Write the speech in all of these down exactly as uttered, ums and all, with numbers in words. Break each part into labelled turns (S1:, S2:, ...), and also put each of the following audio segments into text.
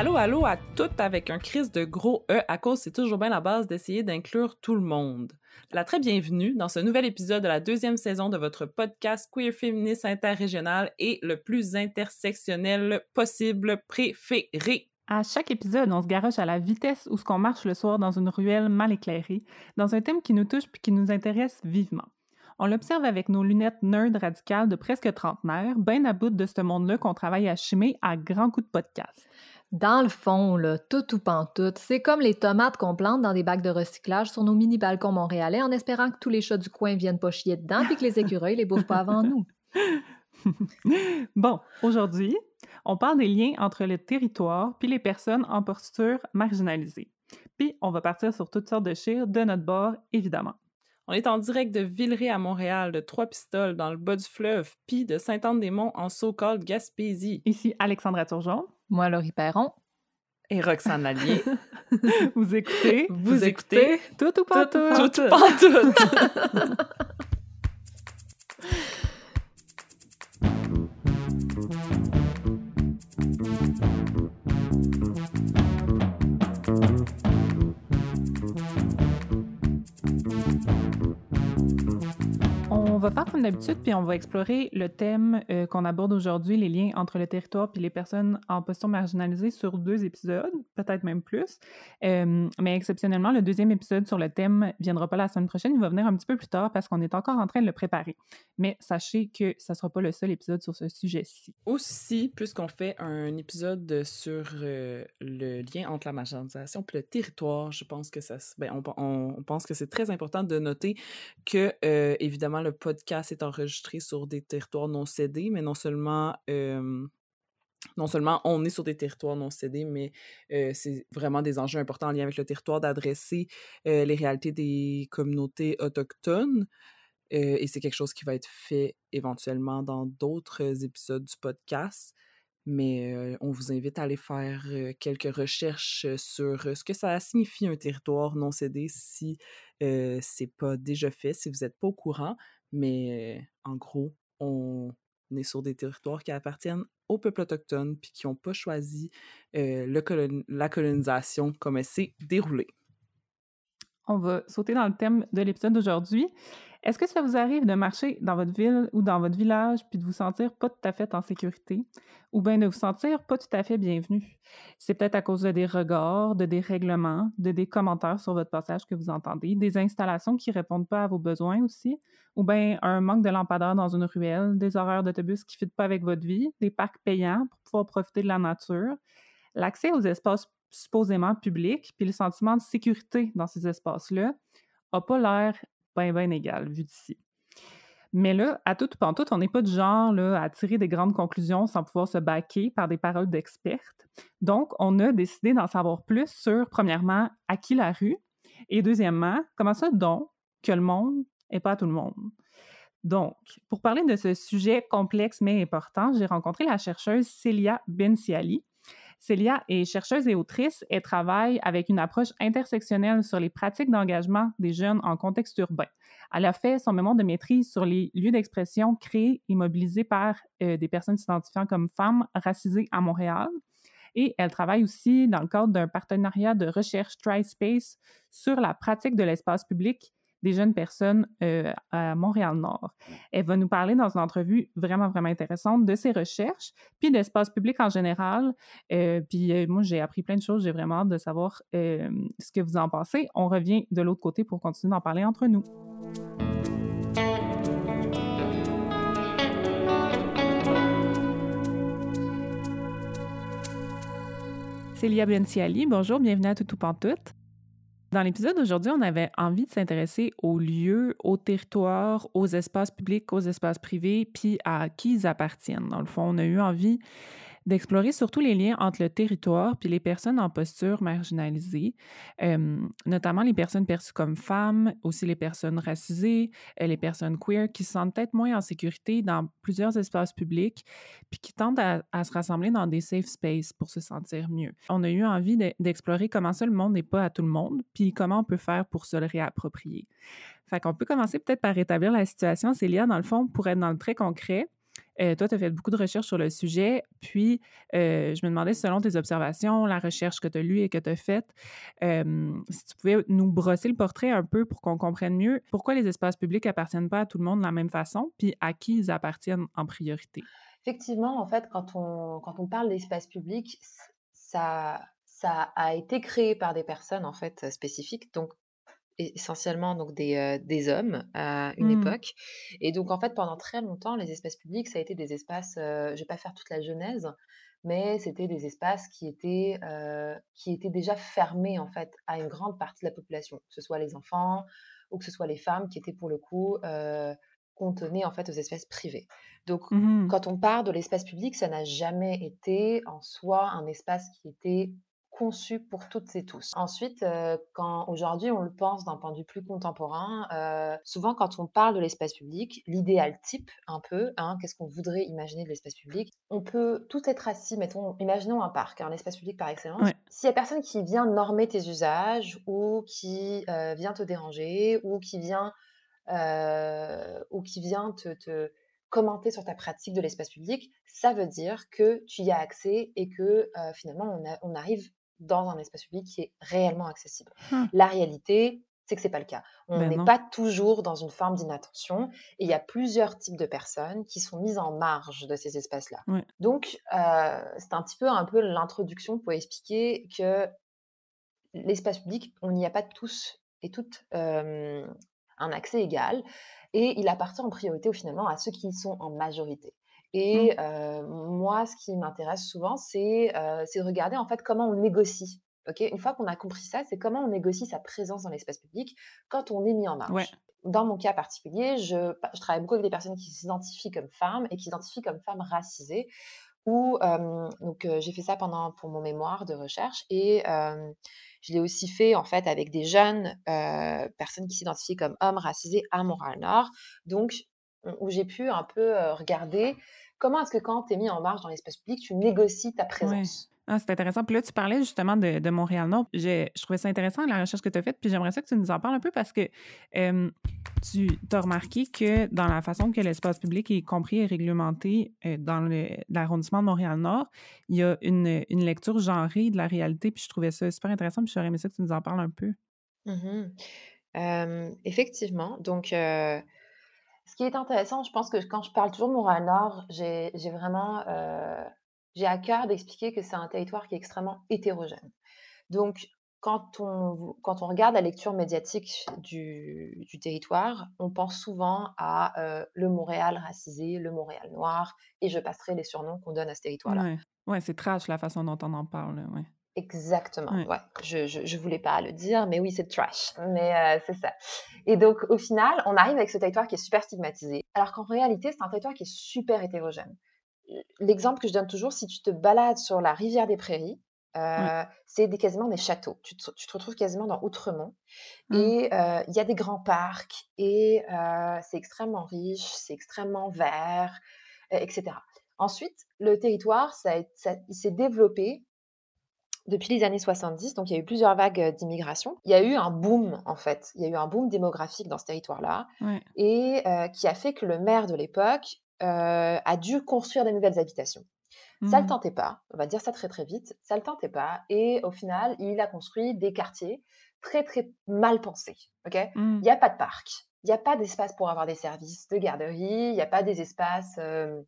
S1: allô, allô à toutes avec un crise de gros E à cause c'est toujours bien la base d'essayer d'inclure tout le monde. La très bienvenue dans ce nouvel épisode de la deuxième saison de votre podcast queer féministe interrégional et le plus intersectionnel possible préféré.
S2: À chaque épisode, on se garoche à la vitesse où ce qu'on marche le soir dans une ruelle mal éclairée, dans un thème qui nous touche puis qui nous intéresse vivement. On l'observe avec nos lunettes nerd radicales de presque trentenaire, bien à bout de ce monde-là qu'on travaille à chimer à grands coups de podcast.
S3: Dans le fond, là, tout ou pantoute, c'est comme les tomates qu'on plante dans des bacs de recyclage sur nos mini-balcons montréalais en espérant que tous les chats du coin viennent pas chier dedans puis que les écureuils les bouffent pas avant nous.
S2: Bon, aujourd'hui, on parle des liens entre le territoire puis les personnes en posture marginalisée. Puis on va partir sur toutes sortes de chires de notre bord, évidemment.
S1: On est en direct de Villeray à Montréal, de Trois-Pistoles dans le bas du fleuve, puis de Sainte-Anne-des-Monts en so-called Gaspésie.
S2: Ici Alexandra Turgeon.
S3: Moi, Laurie Perron.
S1: Et Roxane Lallier.
S2: Vous écoutez...
S1: Vous, Vous écoutez...
S2: écoutez... Tout ou pas tout.
S1: Tout, tout ou pas tout.
S2: On va faire comme d'habitude, puis on va explorer le thème euh, qu'on aborde aujourd'hui, les liens entre le territoire puis les personnes en posture marginalisée sur deux épisodes, peut-être même plus. Euh, mais exceptionnellement, le deuxième épisode sur le thème ne viendra pas la semaine prochaine, il va venir un petit peu plus tard parce qu'on est encore en train de le préparer. Mais sachez que ça ne sera pas le seul épisode sur ce sujet-ci.
S1: Aussi, puisqu'on fait un épisode sur euh, le lien entre la marginalisation et le territoire, je pense que ça, ben, on, on, on pense que c'est très important de noter que, euh, évidemment, le podcast est enregistré sur des territoires non cédés, mais non seulement, euh, non seulement on est sur des territoires non cédés, mais euh, c'est vraiment des enjeux importants en lien avec le territoire d'adresser euh, les réalités des communautés autochtones. Euh, et c'est quelque chose qui va être fait éventuellement dans d'autres épisodes du podcast. Mais euh, on vous invite à aller faire euh, quelques recherches sur ce que ça signifie un territoire non cédé si euh, c'est pas déjà fait, si vous n'êtes pas au courant. Mais euh, en gros, on est sur des territoires qui appartiennent aux peuples autochtones puis qui n'ont pas choisi euh, le colon- la colonisation comme elle s'est déroulée.
S2: On va sauter dans le thème de l'épisode d'aujourd'hui. Est-ce que ça vous arrive de marcher dans votre ville ou dans votre village puis de vous sentir pas tout à fait en sécurité ou bien de vous sentir pas tout à fait bienvenu? C'est peut-être à cause de des regards, de des règlements, de des commentaires sur votre passage que vous entendez, des installations qui répondent pas à vos besoins aussi, ou bien un manque de lampadaires dans une ruelle, des horaires d'autobus qui ne fitent pas avec votre vie, des parcs payants pour pouvoir profiter de la nature, l'accès aux espaces supposément publics puis le sentiment de sécurité dans ces espaces-là n'a pas l'air bien, bien égal, vu d'ici. Mais là, à tout ou pas en tout, on n'est pas du genre là, à tirer des grandes conclusions sans pouvoir se baquer par des paroles d'expertes. Donc, on a décidé d'en savoir plus sur, premièrement, à qui la rue, et deuxièmement, comment ça donc que le monde n'est pas à tout le monde. Donc, pour parler de ce sujet complexe mais important, j'ai rencontré la chercheuse Célia Benciali. Célia est chercheuse et autrice. Elle travaille avec une approche intersectionnelle sur les pratiques d'engagement des jeunes en contexte urbain. Elle a fait son mémoire de maîtrise sur les lieux d'expression créés et mobilisés par euh, des personnes s'identifiant comme femmes racisées à Montréal. Et elle travaille aussi dans le cadre d'un partenariat de recherche TriSpace sur la pratique de l'espace public des jeunes personnes euh, à Montréal-Nord. Elle va nous parler dans une entrevue vraiment, vraiment intéressante de ses recherches, puis d'espace public en général. Euh, puis euh, moi, j'ai appris plein de choses. J'ai vraiment hâte de savoir euh, ce que vous en pensez. On revient de l'autre côté pour continuer d'en parler entre nous. Célia Benciali, bonjour, bienvenue à Tout ou Pantoute. Dans l'épisode d'aujourd'hui, on avait envie de s'intéresser aux lieux, aux territoires, aux espaces publics, aux espaces privés, puis à qui ils appartiennent. Dans le fond, on a eu envie d'explorer surtout les liens entre le territoire puis les personnes en posture marginalisée, euh, notamment les personnes perçues comme femmes, aussi les personnes racisées, euh, les personnes queer qui se sentent peut-être moins en sécurité dans plusieurs espaces publics puis qui tentent à, à se rassembler dans des safe spaces pour se sentir mieux. On a eu envie de, d'explorer comment ça, le monde n'est pas à tout le monde puis comment on peut faire pour se le réapproprier. Fait qu'on peut commencer peut-être par rétablir la situation, Célia, dans le fond, pour être dans le très concret. Euh, toi, tu as fait beaucoup de recherches sur le sujet, puis euh, je me demandais, selon tes observations, la recherche que tu as lue et que tu as faite, euh, si tu pouvais nous brosser le portrait un peu pour qu'on comprenne mieux pourquoi les espaces publics appartiennent pas à tout le monde de la même façon, puis à qui ils appartiennent en priorité.
S3: Effectivement, en fait, quand on, quand on parle d'espace public, c- ça, ça a été créé par des personnes en fait spécifiques, donc e- essentiellement donc des, euh, des hommes à une
S2: Hmm.
S3: époque. Et donc en fait, pendant très longtemps, les espaces publics, ça a été des espaces, euh, je vais pas faire toute la genèse, mais c'était des espaces qui étaient, euh, qui étaient déjà fermés en fait à une grande partie de la population, que ce soit les enfants ou que ce soit les femmes qui étaient pour le coup euh, contenées en fait aux espaces privés. Donc
S2: Mhm.
S3: quand on parle de l'espace public, ça n'a jamais été en soi un espace qui était conçu pour toutes et tous. Ensuite, euh, quand aujourd'hui on le pense d'un point de vue plus contemporain, euh, souvent quand on parle de l'espace public, l'idéal type un peu, hein, qu'est-ce qu'on voudrait imaginer de l'espace public? On peut tous être assis, mettons, imaginons un parc, un espace public par excellence.
S2: Ouais.
S3: S'il y a personne qui vient normer tes usages ou qui euh, vient te déranger ou qui vient euh, ou qui vient te, te commenter sur ta pratique de l'espace public, ça veut dire que tu y as accès et que euh, finalement on, a- on arrive dans un espace public qui est réellement accessible.
S2: Huh.
S3: La réalité, c'est que c'est pas le cas. On
S2: Ben
S3: n'est
S2: non.
S3: pas toujours dans une forme d'inattention et il y a plusieurs types de personnes qui sont mises en marge de ces espaces-là.
S2: Ouais.
S3: Donc, euh, c'est un petit peu un peu l'introduction pour expliquer que l'espace public, on n'y a pas tous et toutes euh, un accès égal et il appartient en priorité au finalement à ceux qui y sont en majorité.
S2: Hmm.
S3: Et euh, moi, ce qui m'intéresse souvent, c'est euh, c'est de regarder en fait comment on négocie. Ok, une fois qu'on a compris ça, c'est comment on négocie sa présence dans l'espace public quand on est mis en
S2: Ouais.
S3: marge. Dans mon cas particulier, je, je travaille beaucoup avec des personnes qui s'identifient comme femmes et qui s'identifient comme femmes racisées. Où, euh, donc, euh, j'ai fait ça pendant pour mon mémoire de recherche et euh, je l'ai aussi fait en fait avec des jeunes euh, personnes qui s'identifient comme hommes racisés à Montréal-Nord. Donc, où j'ai pu un peu euh, regarder comment est-ce que quand tu es mis en marge dans l'espace public, tu négocies ta
S2: Ouais.
S3: présence.
S2: Ah, c'est intéressant. Puis là, tu parlais justement de, de Montréal-Nord. J'ai- Je trouvais ça intéressant, la recherche que tu as faite, puis j'aimerais ça que tu nous en parles un peu parce que euh, tu as remarqué que dans la façon que l'espace public est compris et réglementé euh, dans le- l'arrondissement de Montréal-Nord, il y a une, une lecture genrée de la réalité, puis je trouvais ça super intéressant, puis j'aurais aimé ça que tu nous en parles un peu.
S3: Mhm. Euh, effectivement. Donc, euh, ce qui est intéressant, je pense que quand je parle toujours de Montréal-Nord, j'ai j'ai vraiment euh, j'ai à cœur d'expliquer que c'est un territoire qui est extrêmement hétérogène. Donc, quand on, quand on regarde la lecture médiatique du, du territoire, on pense souvent à euh, le Montréal racisé, le Montréal noir, et je passerai les surnoms qu'on donne à ce territoire-là.
S2: Ouais, ouais, c'est trash la façon dont on en parle, là, ouais.
S3: Exactement,
S2: Ouais.
S3: ouais. Je, je, je voulais pas le dire, mais oui, c'est trash. Mais euh, c'est ça. Et donc, au final, on arrive avec ce territoire qui est super stigmatisé, alors qu'en réalité, c'est un territoire qui est super hétérogène. L'exemple que je donne toujours, si tu te balades sur la rivière des Prairies,
S2: Ouais.
S3: euh, c'est des, quasiment des châteaux. Tu te, tu te retrouves quasiment dans Outremont.
S2: Ah,
S3: Et euh, il y a des grands parcs, et euh, c'est extrêmement riche, c'est extrêmement vert, euh, et cetera. Ensuite, le territoire, ça, a- ça- il s'est développé depuis les années soixante-dix, donc il y a eu plusieurs vagues euh, d'immigration. Il y a eu un boom, en fait. Il y a eu un boom démographique dans ce territoire-là,
S2: ouais.
S3: et euh, qui a fait que le maire de l'époque euh, a dû construire des nouvelles habitations. Ça ne le
S2: Mhm.
S3: tentait pas, on va dire ça très très vite, ça ne le tentait pas, et au final, il a construit des quartiers très très mal pensés. Ok, il
S2: Mhm.
S3: n'y a pas de parc, il n'y a pas d'espace pour avoir des services de garderie, il n'y a pas des espaces, euh,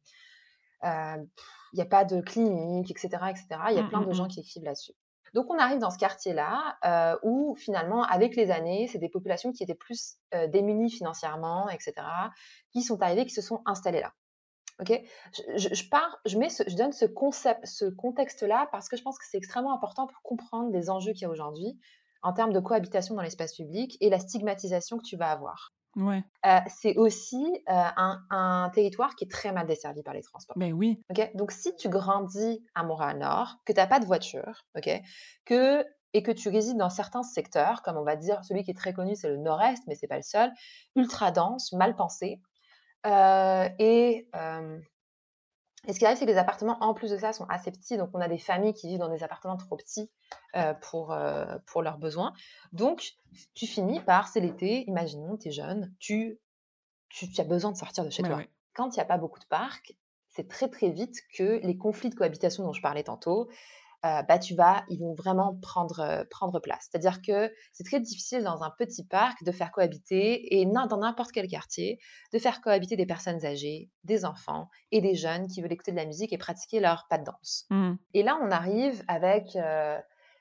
S3: euh, il n'y a pas de clinique, et cetera, et cetera. Il y a
S2: Mm,
S3: plein
S2: mm,
S3: de gens
S2: mm.
S3: qui écrivent là-dessus. Donc on arrive dans ce quartier-là euh, où finalement, avec les années, c'est des populations qui étaient plus euh, démunies financièrement, et cetera, qui sont arrivées, qui se sont installées là. Ok, je, je, je pars, je, mets ce, je donne ce concept, ce contexte-là parce que je pense que c'est extrêmement important pour comprendre les enjeux qu'il y a aujourd'hui en termes de cohabitation dans l'espace public et la stigmatisation que tu vas avoir.
S2: Ouais.
S3: Euh, c'est aussi euh, un, un territoire qui est très mal desservi par les transports.
S2: Ben oui.
S3: Ok, donc si tu grandis à Montréal-Nord, que tu n'as pas de voiture, ok, que, et que tu résides dans certains secteurs, comme on va dire, celui qui est très connu, c'est le Nord-Est, mais c'est pas le seul, ultra dense, mal pensé, euh, et euh, et ce qui arrive, c'est que les appartements, en plus de ça, sont assez petits. Donc, on a des familles qui vivent dans des appartements trop petits euh, pour, euh, pour leurs besoins. Donc, tu finis par, c'est l'été, imaginons, tu es jeune, tu, tu, tu as besoin de sortir de chez
S2: Ben
S3: toi.
S2: ouais.
S3: Quand il n'y a pas beaucoup de parcs, c'est très, très vite que les conflits de cohabitation dont je parlais tantôt, heu, bah, tu vas ils vont vraiment prendre, heu, prendre place. C'est-à-dire que c'est très difficile dans un petit parc de faire cohabiter et n'im dans n'importe quel quartier, de faire cohabiter des personnes âgées, des enfants et des jeunes qui veulent écouter de la musique et pratiquer leur pas de danse.
S2: Mmh.
S3: Et là, on arrive avec, heu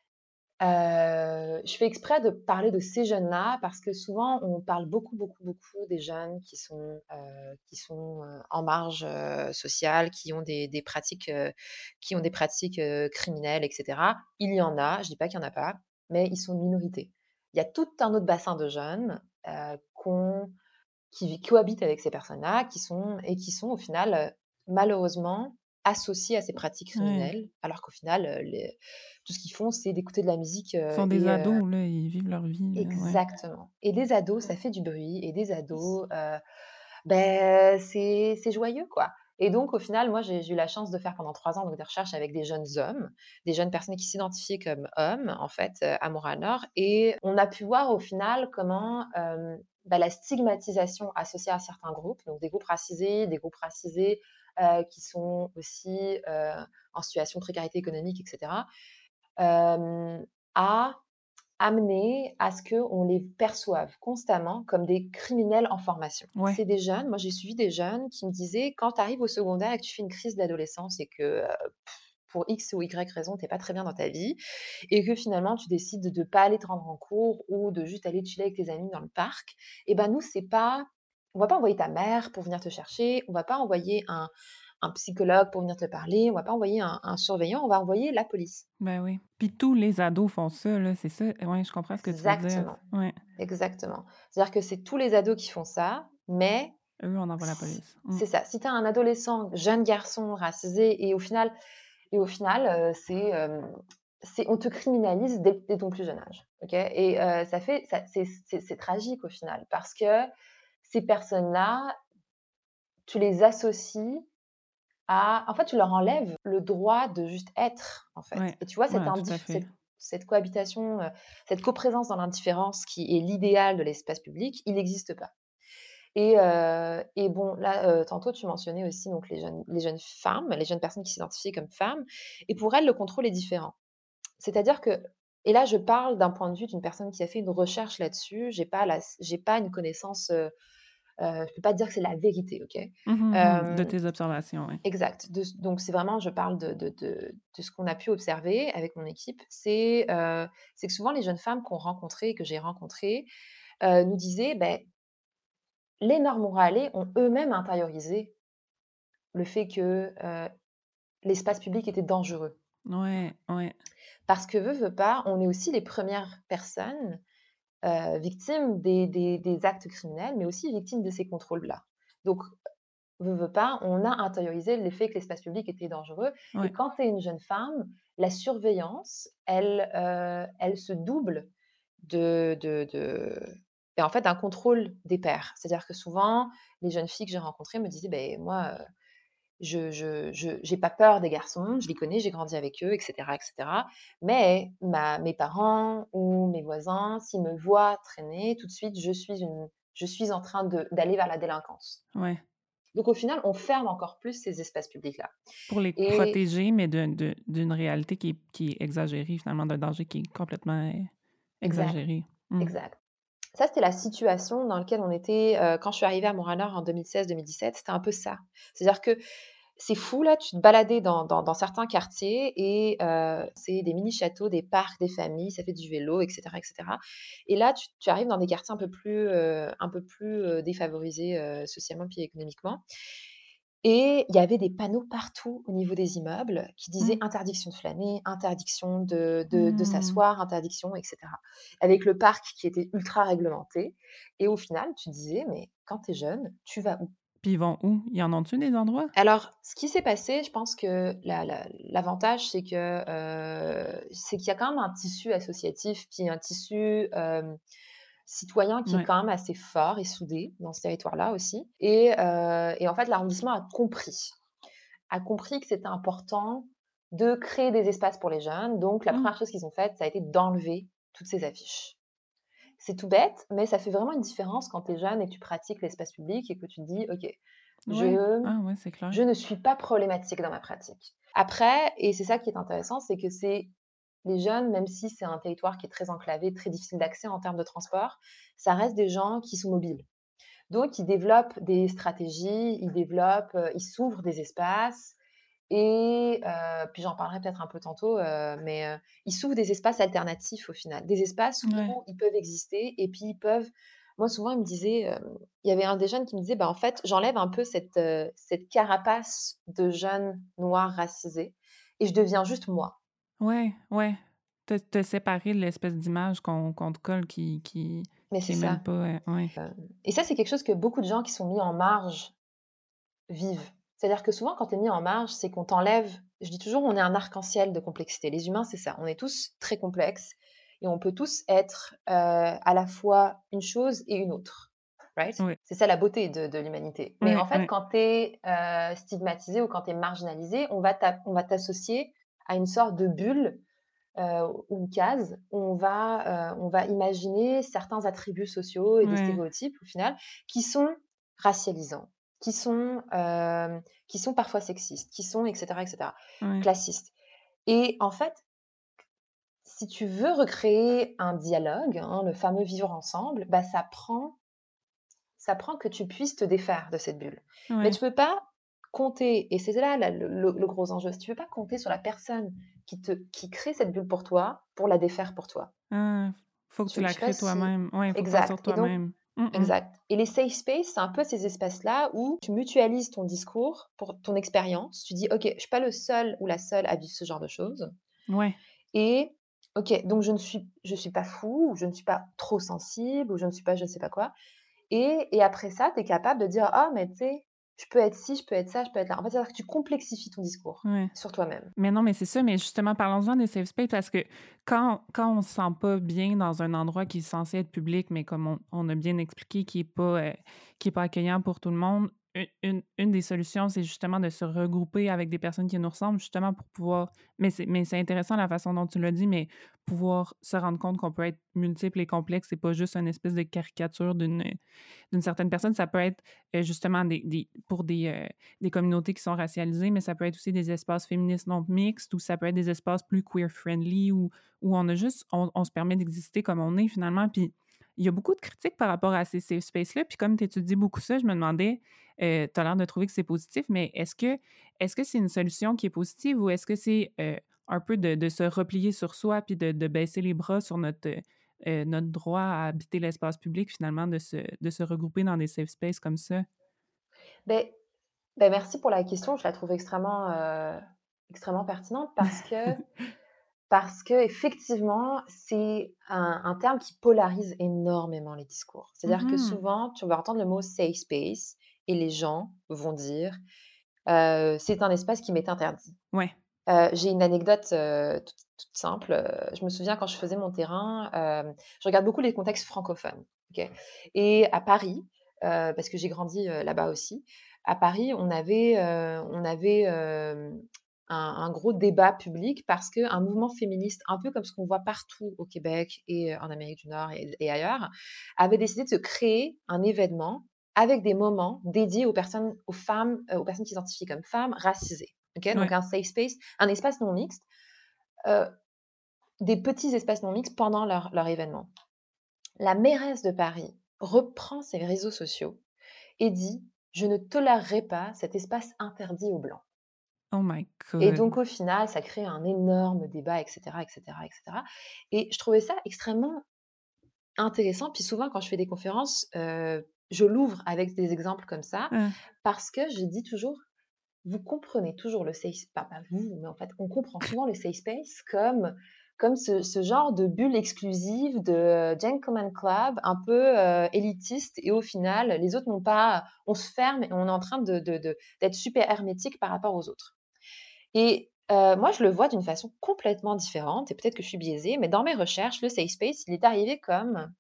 S3: Heu, je fais exprès de parler de ces jeunes-là parce que souvent on parle beaucoup, beaucoup, beaucoup des jeunes qui sont, heu, qui sont, heu, en marge, heu, sociale, qui ont des des pratiques, heu, qui ont des pratiques, heu, criminelles et cetera. Il y en a, je dis pas qu'il y en a pas, mais ils sont une minorité. Il y a tout un autre bassin de jeunes, heu, qu'on qui vi cohabitent avec ces personnes-là, qui sont et qui sont au final, heu, malheureusement associés à ces pratiques
S2: Ouais.
S3: criminelles, alors qu'au final, heu, les tout ce qu'ils font, c'est d'écouter de la musique,
S2: Ils
S3: heu
S2: sont des
S3: et heu
S2: ados, là, ils vivent leur vie, là, ouais.
S3: exactement et des ados, ça fait du bruit et des ados, heu, beh, c'est c'est joyeux, quoi et donc au final, moi, j'ai j'ai eu la chance de faire pendant trois ans donc des recherches avec des jeunes hommes, des jeunes personnes qui s'identifiaient comme hommes, en fait, heu, à Montréal-Nord et on a pu voir au final comment, hem, bah, la stigmatisation associée à certains groupes, donc des groupes racisés, des groupes racisés, heu, qui sont aussi, heu, en situation de précarité économique et cetera, hem, a amené à ce qu'on les perçoive constamment comme des criminels en formation.
S2: Ouais.
S3: C'est des jeunes, moi j'ai suivi des jeunes qui me disaient: «Quand tu arrives au secondaire et que tu fais une crise d'adolescence et que, heu, pour X ou Y raison, tu es pas très bien dans ta vie et que finalement tu décides de pas aller te rendre en cours ou de juste aller chiller avec tes amis dans le parc et ben nous c'est pas on va pas envoyer ta mère pour venir te chercher, on va pas envoyer un un psychologue pour venir te parler, on va pas envoyer un un surveillant, on va envoyer la police».
S2: Ben oui. Puis tous les ados font ça, là, c'est ça? Ouais, je comprends ce que tu veux dire.
S3: Exactement,
S2: Ouais.
S3: exactement. C'est-à-dire que c'est tous les ados qui font ça, mais
S2: Eux, on envoie la
S3: s
S2: police. Mmh.
S3: c'est ça. Si tu as un adolescent, jeune garçon racisé et au final et au final, heu, c'est, hem, c'est on te criminalise dès dès ton plus jeune âge, OK? Et heu, ça fait ça c'est c'est c'est tragique au final parce que ces personnes-là, tu les associes à en fait, tu leur enlèves le droit de juste être, en fait
S2: Ouais.
S3: et tu vois cette
S2: Ouais, tout à
S3: indif
S2: fait.
S3: cette cette cohabitation, heu, cette coprésence dans l'indifférence qui est l'idéal de l'espace public, il n'existe pas et heu et bon là, heu, tantôt tu mentionnais aussi donc les jeunes les jeunes femmes, les jeunes personnes qui s'identifient comme femmes et pour elles, le contrôle est différent. C'est-à-dire que et là, je parle d'un point de vue d'une personne qui a fait une recherche là-dessus, j'ai pas la j'ai pas une connaissance, heu heu, je peux pas te dire que c'est la vérité, OK?
S2: Mmh mh, mmh. De
S3: Hem
S2: tes observations, ouais.
S3: Exact. De donc c'est vraiment je parle de de de de ce qu'on a pu observer avec mon équipe. C'est, heu, c'est que souvent les jeunes femmes qu'on rencontrait, que j'ai rencontrées, heu, nous disaient: ben les Nord-Montréalais ont eux-mêmes intériorisé le fait que, heu, l'espace public était dangereux».
S2: Ouais, ouais.
S3: Parce que veut, veut pas, on est aussi les premières personnes, heu, victimes des des des actes criminels, mais aussi victimes de ces contrôles-là. Donc veut, veut pas, on a intériorisé l'effet que l'espace public était dangereux et
S2: Ouais.
S3: quand tu es une jeune femme, la surveillance, elle, heu, elle se double de de de et en fait, d'un contrôle des pairs. C'est-à-dire que souvent, les jeunes filles que j'ai rencontrées me disaient: «Beh, moi, heu, je je je j'ai pas peur des garçons, je les connais, j'ai grandi avec eux et cetera et cetera. Mais ma mes parents ou mes voisins, s'ils me voient traîner, tout de suite, je suis une je suis en train de d'aller vers la délinquance».
S2: Ouais.
S3: Donc au final, on ferme encore plus ces espaces publics-là
S2: Pour les
S3: et
S2: protéger, mais de de d'une réalité qui est qui est exagérée, finalement, d'un danger qui est complètement, heu,
S3: exact,
S2: exagéré. Mmh.
S3: exact. Ça, c'était la situation dans laquelle on était, heu, quand je suis arrivée à Montréal-Nord en deux mille seize deux mille dix-sept, c'était un peu ça. C'est-à-dire que c'est fou là, tu te baladais dans dans dans certains quartiers et heu, c'est des mini châteaux, des parcs, des familles, ça fait du vélo et cetera et cetera et là, tu tu arrives dans des quartiers un peu plus, heu, un peu plus, heu, défavorisés, heu, socialement puis économiquement et il y avait des panneaux partout au niveau des immeubles qui disaient:
S2: Mmh.
S3: «Interdiction de flâner, interdiction de de de
S2: Mmh.
S3: s'asseoir, interdiction» et cetera. Avec le parc qui était ultra réglementé et au final, tu te disais: «Mais quand tu es jeune, tu vas où?»
S2: Puis ils vont où? Y en ont-tu des endroits?
S3: Alors, ce qui s'est passé, je pense que la la l'avantage, c'est que, heu, c'est qu'il y a quand même un tissu associatif, puis un tissu, hem, citoyen qui est
S2: Ouais.
S3: quand même assez fort et soudé dans ce territoire-là aussi et heu et en fait, l'arrondissement a compris. A compris que c'était important de créer des espaces pour les jeunes. Donc la
S2: Mmh.
S3: première chose qu'ils ont faite, ça a été d'enlever toutes ces affiches. C'est tout bête, mais ça fait vraiment une différence quand tu es jeune et que tu pratiques l'espace public et que tu te dis: «OK,
S2: Ouais.
S3: Je
S2: Ah ouais, c'est clair.
S3: je ne suis pas problématique dans ma pratique. Après et c'est ça qui est intéressant, c'est que c'est les jeunes, même si c'est un territoire qui est très enclavé, très difficile d'accès en termes de transport, ça reste des gens qui sont mobiles. Donc ils développent des stratégies, ils développent, heu, ils s'ouvrent des espaces et heu, puis j'en parlerai peut-être un peu tantôt, heu, mais heu, ils s'ouvrent des espaces alternatifs au final. Des espaces
S2: Ouais.
S3: où ils peuvent exister et puis ils peuvent moi souvent ils me disaient, hem, il y avait un des jeunes qui me disait: «Bah, en fait, j'enlève un peu cette, heu, cette carapace de jeunes noirs racisés et je deviens juste moi».
S2: Ouais, ouais. Te te séparer de l'espèce d'image qu'on qu'on te colle qui qui
S3: Mais
S2: qui
S3: c'est
S2: est même
S3: ça,
S2: pas, heu ouais.
S3: hem et ça, c'est quelque chose que beaucoup de gens qui sont mis en marge vivent. C'est-à-dire que souvent, quand tu es mis en marge, c'est qu'on t'enlève je dis toujours, on est un arc-en-ciel de complexité. Les humains, c'est ça. On est tous très complexes et on peut tous être, heu, à la fois une chose et une autre, right?
S2: Ouais.
S3: C'est ça la beauté de de l'humanité. Mais en
S2: Ouais,
S3: fait,
S2: ouais.
S3: quand tu es, heu, stigmatisé ou quand tu es marginalisé, on va t'a on va t'associer à une sorte de bulle, heu, ou une case où on va, heu, on va imaginer certains attributs sociaux et des
S2: Ouais.
S3: stéréotypes, au final, qui sont racialisants, qui sont, hem, qui sont parfois sexistes, qui sont et cetera et cetera,
S2: Ouais.
S3: classistes et en fait, si tu veux recréer un dialogue, hein, le fameux vivre ensemble, bah, ça prend ça prend que tu puisses te défaire de cette bulle. Mais
S2: Ouais.
S3: tu peux pas compter et c'est là la le le le gros enjeu, tu peux pas compter sur la personne qui te qui crée cette bulle pour toi, pour la défaire pour toi.
S2: Ah, faut que tu
S3: Tu
S2: la
S3: je sais pas
S2: crées
S3: si
S2: toi-même. Ouais, faut que tu en sortes
S3: exact et donc
S2: toi-même. Mmh mh.
S3: exact et les safe space, c'est un peu ces espaces-là où tu mutualises ton discours pour ton expérience. Tu dis: «OK, je suis pas le seul ou la seule à vivre ce genre de choses
S2: Ouais.
S3: et OK, donc je ne suis je suis pas fou ou je ne suis pas trop sensible ou je ne suis pas je ne sais pas quoi» et et après ça, tu es capable de dire: «Ah mais tu sais, je peux être ci, je peux être ça, je peux être là». En fait, c'est-à-dire que tu complexifies ton discours
S2: Ouais.
S3: sur toi-même.
S2: Mais non, mais c'est ça, mais justement, parlons-en des safe space parce que quand quand on se sent pas bien dans un endroit qui est censé être public, mais comme on on a bien expliqué, qui est pas, heu, qui est pas accueillant pour tout le monde, u une une des solutions, c'est justement de se regrouper avec des personnes qui nous ressemblent, justement pour pouvoir mais c'est mais c'est intéressant la façon dont tu l'as dit, mais pouvoir se rendre compte qu'on peut être multiple et complexe et pas juste une espèce de caricature d'une, d'une certaine personne. Ça peut être, heu, justement des des pour des, heu, des communautés qui sont racialisées, mais ça peut être aussi des espaces féministes non mixtes ou ça peut être des espaces plus queer friendly où où on a juste on on se permet d'exister comme on est finalement. Puis il y a beaucoup de critiques par rapport à ces safe spaces-là. Puis comme tu étudies beaucoup ça, je me demandais, heu, tu as l'air de trouver que c'est positif, mais est-ce que est-ce que c'est une solution qui est positive ou est-ce que c'est, heu, un peu de de se replier sur soi puis de de baisser les bras sur notre, heu heu, notre droit à habiter l'espace public finalement, de se de se regrouper dans des safe spaces comme ça?
S3: Beh beh, merci pour la question, je la trouve extrêmement, heu, extrêmement pertinente parce que Parce qu'effectivement, c'est un un terme qui polarise énormément les discours. C'est-à-dire que
S2: Mmh.
S3: souvent, tu vas entendre le mot safe space et les gens vont dire, heu: «C'est un espace qui m'est interdit».
S2: Ouais.
S3: Heu, j'ai une anecdote, heu, toute toute simple, heu, je me souviens quand je faisais mon terrain, hem, je regarde beaucoup les contextes francophones, OK? Et à Paris, heu, parce que j'ai grandi, heu, là-bas aussi, à Paris, on avait, heu, on avait, hem, un un gros débat public parce qu'un mouvement féministe, un peu comme ce qu'on voit partout au Québec et heu, en Amérique du Nord et et ailleurs, avait décidé de se créer un événement avec des moments dédiés aux personnes aux femmes, heu, aux personnes qui s'identifient comme femmes racisées. OK? Donc
S2: Ouais.
S3: un safe space, un espace non mixte, heu, des petits espaces non mixtes pendant leur leur événement. La mairesse de Paris reprend ses réseaux sociaux et dit: «Je ne tolérerai pas cet espace interdit aux blancs»
S2: Oh my
S3: et
S2: god.
S3: donc au final, ça crée un énorme débat et cetera et cetera et cetera et je trouvais ça extrêmement intéressant. Puis souvent quand je fais des conférences, heu, je l'ouvre avec des exemples comme ça
S2: Hein.
S3: parce que je dis toujours: vous comprenez toujours le safe pas pas vous, mais en fait, on comprend souvent le safe space comme comme ce ce genre de bulle exclusive de gentleman club un peu, heu, élitiste et au final, les autres n'ont pas on se ferme et on est en train de de de d'être super hermétique par rapport aux autres et heu, moi, je le vois d'une façon complètement différente et peut-être que je suis biaisée, mais dans mes recherches, le safe space, il est arrivé comme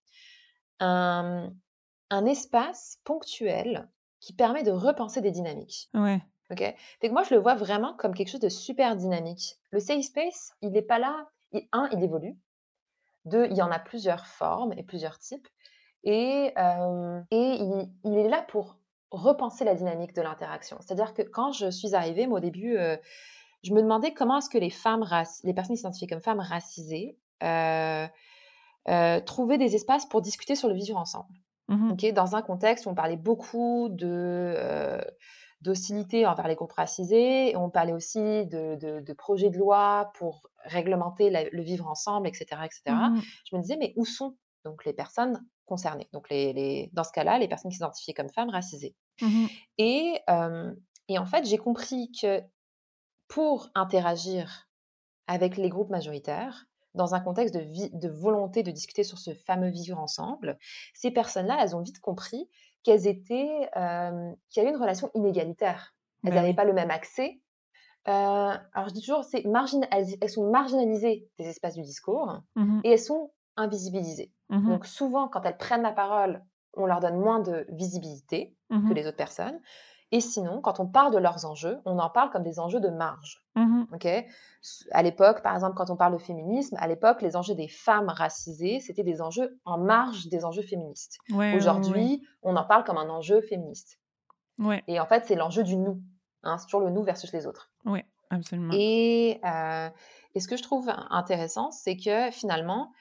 S3: un un espace ponctuel qui permet de repenser des dynamiques.
S2: Ouais.
S3: OK? Fait que moi, je le vois vraiment comme quelque chose de super dynamique. Le safe space, il est pas là il un, il évolue. deux, il y en a plusieurs formes et plusieurs types et hem et il il est là pour repenser la dynamique de l'interaction. C'est-à-dire que quand je suis arrivée, moi, au début, heu, je me demandais comment est-ce que les femmes rac les personnes qui s'identifiaient comme femmes racisées, heu heu, trouvaient des espaces pour discuter sur le vivre ensemble.
S2: Mmh.
S3: OK? Dans un contexte où on parlait beaucoup de, heu, d'hostilité envers les groupes racisés et on parlait aussi de de de projets de loi pour réglementer la le vivre ensemble et cetera et cetera.
S2: Mmh.
S3: Je me disais: «Mais où sont donc les personnes concernées?» Donc les les dans ce cas-là, les personnes qui s'identifiaient comme femmes racisées
S2: Mmh.
S3: et hem et en fait, j'ai compris que pour interagir avec les groupes majoritaires, dans un contexte de vi de volonté de discuter sur ce fameux vivre ensemble, ces personnes-là, elles ont vite compris qu'elles étaient, hem, qu'il y avait une relation inégalitaire. Elles
S2: Ben
S3: n'avaient
S2: oui.
S3: pas le même accès. Heu, alors je dis toujours, c'est margin elles elles sont marginalisées des espaces du discours
S2: Mmh.
S3: et elles sont invisibilisées.
S2: Mmh.
S3: Donc souvent, quand elles prennent la parole, on leur donne moins de visibilité que
S2: Mmh.
S3: les autres personnes et sinon, quand on parle de leurs enjeux, on en parle comme des enjeux de marge.
S2: Mmh.
S3: OK? S À l'époque, par exemple, quand on parle de féminisme, à l'époque, les enjeux des femmes racisées, c'était des enjeux en marge des enjeux féministes.
S2: Ouais, ouais, ouais.
S3: Aujourd'hui, on en parle comme un enjeu féministe
S2: Ouais,
S3: et en fait, c'est l'enjeu du nous, hein, c'est toujours le nous versus les autres.
S2: ouais, absolument.
S3: Et heu et ce que je trouve intéressant, c'est que finalement,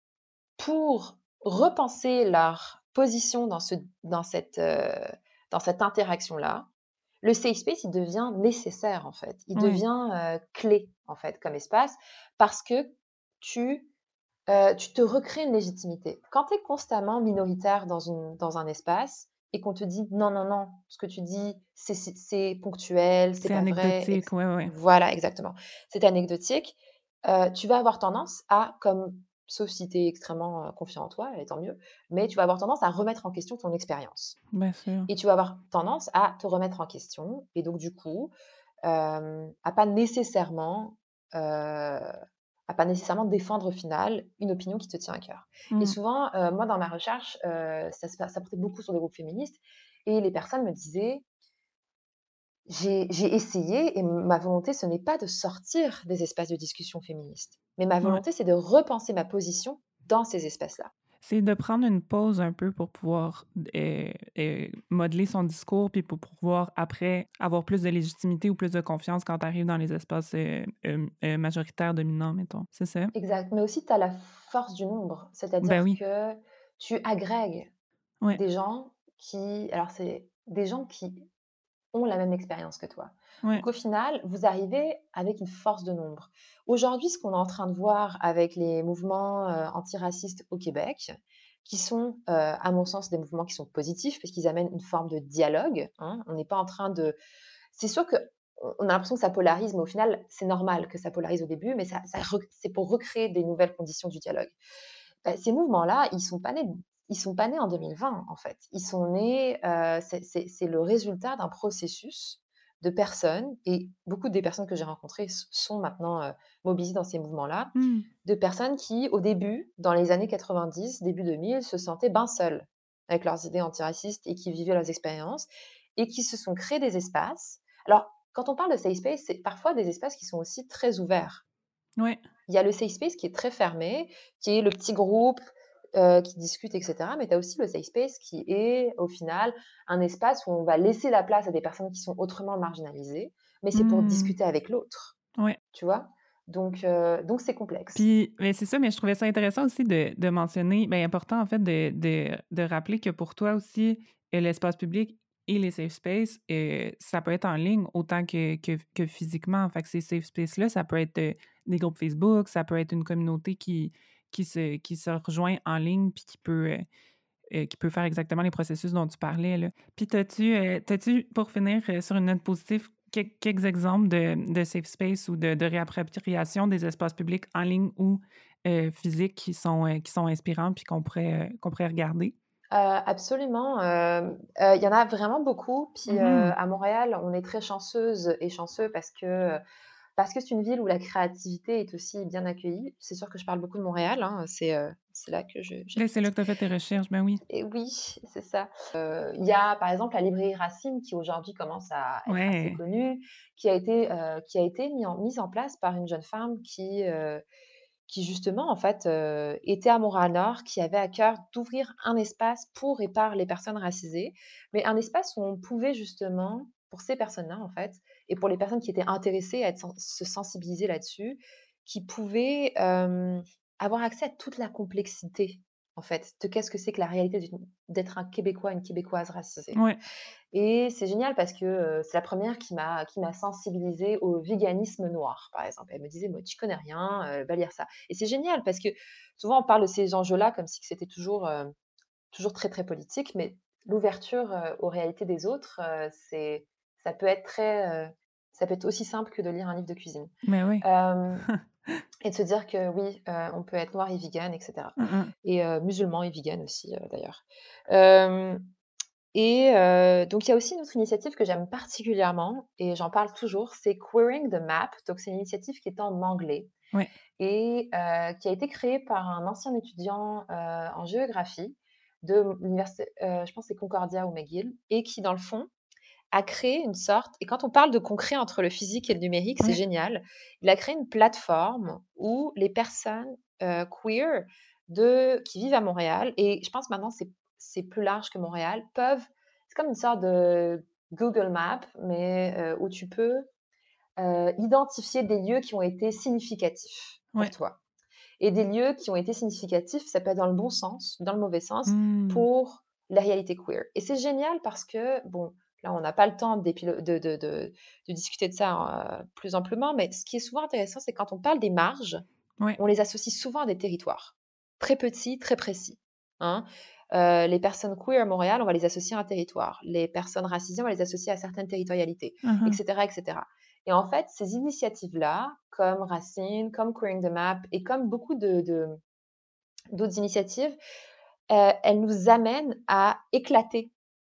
S3: pour repenser leur position dans ce dans cette, heu, dans cette interaction-là, le safe space, il devient nécessaire, en fait. Il
S2: Ouais.
S3: devient, heu, clé, en fait, comme espace parce que tu, heu, tu te recrées une légitimité. Quand tu es constamment minoritaire dans une dans un espace et qu'on te dit: «Non, non, non, ce que tu dis, c'est c'est c'est ponctuel, c'est
S2: C'est
S3: pas vrai» et
S2: anecdotique, ouais, ouais.
S3: voilà, exactement. C'est anecdotique. Heu, tu vas avoir tendance à, comme sauf si tu es extrêmement, heu, confiant en toi et tant mieux, mais tu vas avoir tendance à remettre en question ton expérience
S2: Bien sûr.
S3: et tu vas avoir tendance à te remettre en question et donc du coup, hem, à pas nécessairement, heu, à pas nécessairement défendre au final une opinion qui te tient à cœur. Et
S2: Mmh.
S3: souvent, heu, moi dans ma recherche, heu, ça se pa ça portait beaucoup sur des groupes féministes et les personnes me disaient: «J'ai j'ai essayé et ma volonté ce n'est pas de sortir des espaces de discussion féministes, mais ma
S2: Ouais.
S3: volonté c'est de repenser ma position dans ces espaces-là».
S2: C'est de prendre une pause un peu pour pouvoir, heu heu, modeler son discours, puis pour pouvoir après avoir plus de légitimité ou plus de confiance quand tu arrives dans les espaces, heu, hem, heu, majoritaires dominants, mettons. C'est ça?
S3: Exact, mais aussi tu as la force du nombre,
S2: Ben
S3: c'est-à-dire
S2: oui.
S3: que tu agrègues
S2: Ouais,
S3: des gens qui alors c'est des gens qui ont la même expérience que toi.
S2: ouais.
S3: Donc au final, vous arrivez avec une force de nombre. Aujourd'hui, ce qu'on est en train de voir avec les mouvements, heu, antiracistes au Québec, qui sont, heu, à mon sens, des mouvements qui sont positifs puisqu'ils amènent une forme de dialogue, hein. On n'est pas en train de c'est sûr qu'on on a l'impression que ça polarise, mais au final, c'est normal que ça polarise au début, mais ça ça rec c'est pour recréer des nouvelles conditions du dialogue. Bah, ces mouvements-là, ils sont pas nés ils sont pas nés en deux mille vingt, en fait. Ils sont nés, heu, c'est c'est c'est le résultat d'un processus de personnes et beaucoup des personnes que j'ai rencontrées s sont maintenant, heu, mobilisées dans ces mouvements-là,
S2: Mmh.
S3: de personnes qui, au début, dans les années quatre-vingt-dix, début deux mille, se sentaient ben seules avec leurs idées antiracistes et qui vivaient leurs expériences et qui se sont créés des espaces. Alors, quand on parle de safe space, c'est parfois des espaces qui sont aussi très ouverts.
S2: Ouais.
S3: Il y a le safe space qui est très fermé, qui est le petit groupe, heu, qui discute et cetera, mais tu as aussi le safe space qui est, au final, un espace où on va laisser la place à des personnes qui sont autrement marginalisées, mais c'est pour
S2: Mmh.
S3: discuter avec l'autre,
S2: Ouais.
S3: tu vois? Donc heu, donc c'est complexe.
S2: Puis, mais c'est ça, mais je trouvais ça intéressant aussi de de mentionner, bien important en fait de de de rappeler que pour toi aussi, heu, l'espace public et les safe spaces, heu, ça peut être en ligne autant que que que physiquement. Fait que ces safe spaces-là, ça peut être, heu, des groupes Facebook, ça peut être une communauté qui qui se qui se rejoint en ligne puis qui peut, heu heu, qui peut faire exactement les processus dont tu parlais, là. Puis t'as-tu, heu, t'as-tu, pour finir, heu, sur une note positive, quel quelques exemples de de safe space ou de de réappropriation des espaces publics en ligne ou, heu, physiques qui sont, heu, qui sont inspirants puis qu'on pourrait, heu, qu'on pourrait regarder?
S3: Heu, absolument, hem, heu, il y en a vraiment beaucoup. Puis, heu,
S2: Mmh.
S3: à Montréal, on est très chanceuses et chanceux parce que, parce que c'est une ville où la créativité est aussi bien accueillie. C'est sûr que je parle beaucoup de Montréal, hein, c'est, heu, c'est là que je
S2: Là, c'est là
S3: j'habite.
S2: que tu as fait tes recherches, ben oui.
S3: Et oui, c'est ça. Heu, il y a, par exemple, la librairie Racine qui aujourd'hui commence à être assez
S2: Ouais.
S3: connue, qui a été, heu, qui a été mis en mise en place par une jeune femme qui, heu qui justement, en fait, heu, était à Montréal-Nord, qui avait à cœur d'ouvrir un espace pour et par les personnes racisées, mais un espace où on pouvait justement, pour ces personnes-là, en fait, et pour les personnes qui étaient intéressées à être sen se sensibiliser là-dessus, qui pouvaient, hem, avoir accès à toute la complexité, en fait, de qu'est-ce que c'est que la réalité d'une d'être un Québécois, une Québécoise racisée.
S2: Ouais.
S3: Et c'est génial parce que, heu, c'est la première qui m'a qui m'a sensibilisée au véganisme noir, par exemple. Elle me disait: «Moi, tu connais rien, heu, va lire ça» et c'est génial parce que souvent on parle de ces enjeux-là comme si que c'était toujours, heu, toujours très, très politique, mais l'ouverture, heu, aux réalités des autres, heu, c'est ça peut être très, heu, ça peut être aussi simple que de lire un livre de cuisine.
S2: Mais oui.
S3: Hem et de se dire que oui, heu, on peut être noir et vegan et cetera
S2: Mmh mh.
S3: et heu, musulman et vegan aussi, heu, d'ailleurs. Hem et heu, donc il y a aussi une autre initiative que j'aime particulièrement et j'en parle toujours, c'est Queering the Map. Donc c'est une initiative qui est en anglais
S2: Ouais.
S3: et heu, qui a été créée par un ancien étudiant, heu, en géographie de l'université, heu, je pense que c'est Concordia ou McGill et qui, dans le fond, a créé une sorte et quand on parle de concret entre le physique et le numérique, c'est
S2: Ouais.
S3: génial. Il a créé une plateforme où les personnes, heu, queer de qui vivent à Montréal et je pense maintenant c'est c'est plus large que Montréal, peuvent c'est comme une sorte de Google Maps, mais heu, où tu peux, heu, identifier des lieux qui ont été significatifs pour
S2: Ouais.
S3: toi et des lieux qui ont été significatifs, ça peut être dans le bon sens, dans le mauvais sens,
S2: Mmh.
S3: pour la réalité queer. Et c'est génial parce que, bon, là, on n'a pas le temps d'épilo- de, de, de, de discuter de ça euh, plus amplement, mais ce qui est souvent intéressant, c'est quand on parle des marges,
S2: Ouais.
S3: on les associe souvent à des territoires très petits, très précis. Hein. Euh, les personnes queer à Montréal, on va les associer à un territoire. Les personnes racisées, on va les associer à certaines territorialités,
S2: Mmh mh.
S3: et cetera, et cetera. Et en fait, ces initiatives-là, comme Racine, comme Queering the Map et comme beaucoup de, de- d'autres initiatives, euh, elles nous amènent à éclater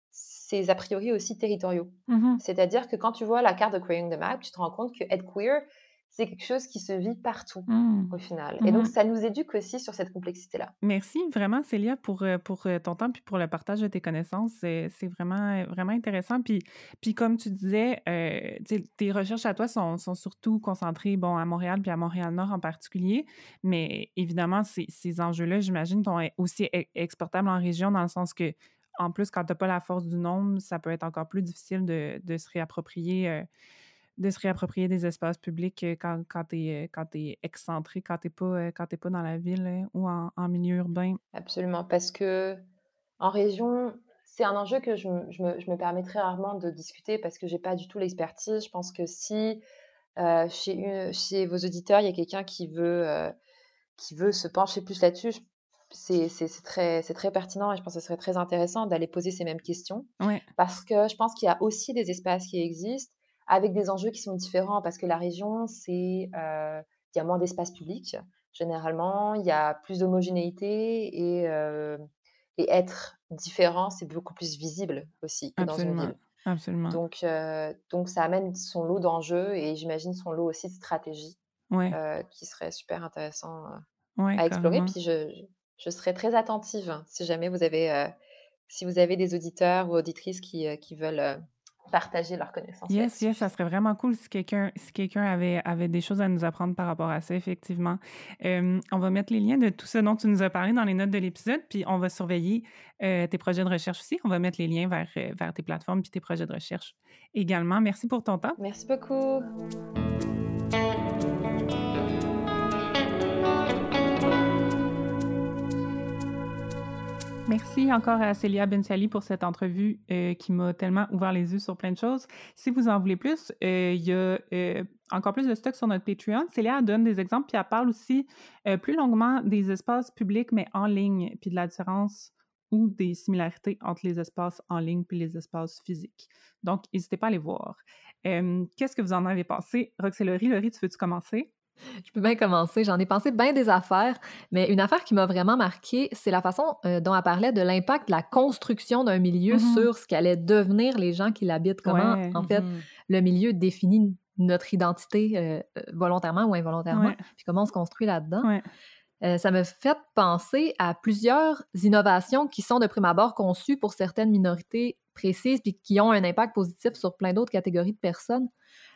S3: ces a priori aussi territoriaux.
S2: Mmh.
S3: C'est-à-dire que quand tu vois la carte de Queering the Map, tu te rends compte que être queer, c'est quelque chose qui se vit partout
S2: Mmh.
S3: au final. Et donc,
S2: Mmh.
S3: ça nous éduque aussi sur cette complexité-là.
S2: Merci vraiment, Célia, pour, heu, pour, heu, ton temps puis pour le partage de tes connaissances. C'est c'est vraiment, heu, vraiment intéressant. Puis puis comme tu disais, heu, tu sais, tes recherches à toi sont sont surtout concentrées, bon, à Montréal puis à Montréal-Nord en particulier. Mais évidemment, ces ces enjeux-là, j'imagine, sont e aussi e exportables en région dans le sens que, en plus, quand tu as pas la force du nombre, ça peut être encore plus difficile de de se réapproprier, heu de se réapproprier des espaces publics, heu, quand quand tu es, quand tu excentré, quand tu pas, heu, quand tu pas dans la ville, heu, ou en en milieu urbain.
S3: Absolument. Parce que en région, c'est un enjeu que je me, je me, je me permets très rarement de discuter parce que j'ai pas du tout l'expertise. Je pense que si euh, chez, une- chez vos auditeurs, il y a quelqu'un qui veut, euh, qui veut se pencher plus là-dessus, je- c'est c'est- c'est très, c'est très pertinent et je pense que ce serait très intéressant d'aller poser ces mêmes questions
S2: Ouais,
S3: parce que je pense qu'il y a aussi des espaces qui existent avec des enjeux qui sont différents parce que la région, c'est, euh, il y a moins d'espaces publics généralement, il y a plus d'homogénéité et, euh, et être différent, c'est beaucoup plus visible aussi que dans une
S2: absolument,
S3: ville.
S2: absolument.
S3: Donc, euh, donc ça amène son lot d'enjeux et j'imagine son lot aussi de stratégies
S2: Ouais,
S3: euh, qui serait super intéressant euh,
S2: ouais,
S3: à explorer.
S2: carrément.
S3: Puis je, je, je serais très attentive hein, si jamais vous avez, euh, si vous avez des auditeurs ou auditrices qui, euh, qui veulent euh, partager leurs connaissances
S2: Yes, yes, ça
S3: là-dessus.
S2: serait vraiment cool si quelqu'un si quelqu'un avait avait des choses à nous apprendre par rapport à ça, effectivement. Hem, on va mettre les liens de tout ce dont tu nous as parlé dans les notes de l'épisode, puis on va surveiller, heu, tes projets de recherche aussi. On va mettre les liens vers, heu, vers tes plateformes puis tes projets de recherche également. Merci pour ton temps.
S3: Merci beaucoup.
S2: Merci encore à Célia Ben-Sali pour cette entrevue euh, qui m'a tellement ouvert les yeux sur plein de choses. Si vous en voulez plus, euh, il y a euh, encore plus de stock sur notre Patreon. Célia donne des exemples, puis elle parle aussi euh, plus longuement des espaces publics, mais en ligne, puis de la différence ou des similarités entre les espaces en ligne puis les espaces physiques. Donc, n'hésitez pas à les voir. Euh, Qu'est-ce que vous en avez pensé? Roxellerie, Laurie, tu veux-tu commencer?
S4: Je peux bien commencer. J'en ai pensé bien des affaires, mais une affaire qui m'a vraiment marquée, c'est la façon euh, dont elle parlait de l'impact de la construction d'un milieu
S2: Mhm.
S4: sur ce qu'allaient devenir les gens qui l'habitent. Comment,
S2: Ouais,
S4: en fait,
S1: Mhm.
S4: le milieu définit notre identité euh, euh, volontairement ou involontairement,
S2: ouais,
S4: puis comment on se construit là-dedans.
S2: ouais.
S4: Euh, ça me fait penser à plusieurs innovations qui sont de prime abord conçues pour certaines minorités précises puis qui ont un impact positif sur plein d'autres catégories de personnes.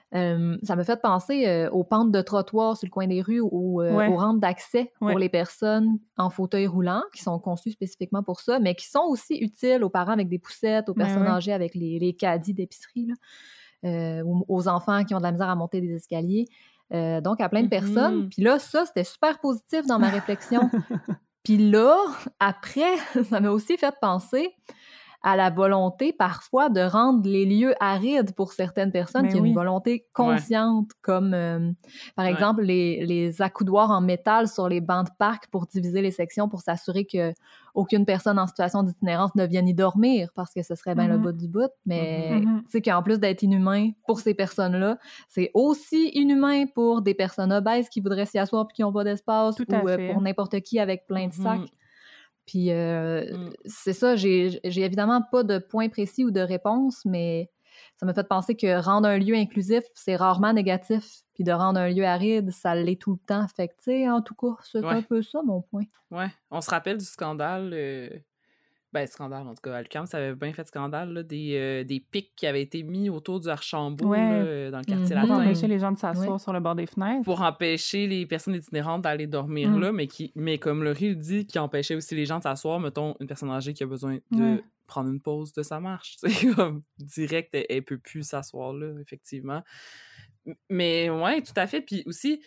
S4: Euh, ça me fait penser euh, aux pentes de trottoir sur le coin des rues ou euh,
S2: Ouais.
S4: aux rampes d'accès
S2: Ouais.
S4: pour les personnes en fauteuil roulant, qui sont conçues spécifiquement pour ça, mais qui sont aussi utiles aux parents avec des poussettes, aux
S2: Ben
S4: personnes
S2: ouais.
S4: âgées avec les, les caddies d'épicerie, là, euh, ou aux enfants qui ont de la misère à monter des escaliers. Euh, donc, à plein de personnes.
S1: Mhm.
S4: Puis là, ça, c'était super positif dans ma réflexion. Puis là, après, ça m'a aussi fait penser à la volonté parfois de rendre les lieux arides pour certaines personnes,
S2: Ben
S4: qui a
S2: oui.
S4: une volonté consciente, comme euh, par
S1: Ouais.
S4: exemple les, les accoudoirs en métal sur les bancs de parc pour diviser les sections pour s'assurer qu'aucune personne en situation d'itinérance ne vienne y dormir parce que ce serait bien le
S2: Mhm.
S4: bout du bout, mais
S2: Mhm.
S4: tu sais qu'en plus d'être inhumain pour ces personnes-là, c'est aussi inhumain pour des personnes obèses qui voudraient s'y asseoir puis qui n'ont pas d'espace,
S2: Tout à
S4: ou euh,
S2: fait.
S4: pour n'importe qui avec plein de sacs.
S1: Mhm.
S4: Puis euh,
S1: Mm.
S4: c'est ça, j'ai j'ai évidemment pas de point précis ou de réponse, mais ça m'a fait penser que rendre un lieu inclusif, c'est rarement négatif. Puis de rendre un lieu aride, ça l'est tout le temps. Fait que, tu sais, en tout cas, c'est
S1: Ouais.
S4: un peu ça, mon point.
S1: Ouais. On se rappelle du scandale. euh, Ben, scandale, en tout cas. À l'U Q A M, ça avait bien fait scandale, là, des, euh, des pics qui avaient été mis autour du Archambault, là,
S2: Ouais.
S1: euh, dans le quartier
S4: Mhm.
S2: Pour
S1: latin,
S2: empêcher les gens de s'asseoir
S4: Ouais.
S2: sur le bord des fenêtres.
S1: pour empêcher les personnes itinérantes d'aller dormir
S2: Mm.
S1: là, mais, qui, mais comme Laurie le dit, qui empêchait aussi les gens de s'asseoir, mettons, une personne âgée qui a besoin de
S2: Ouais.
S1: prendre une pause de sa marche. C'est comme direct, elle, elle peut plus s'asseoir là, effectivement. M- Mais ouais, tout à fait. Puis aussi,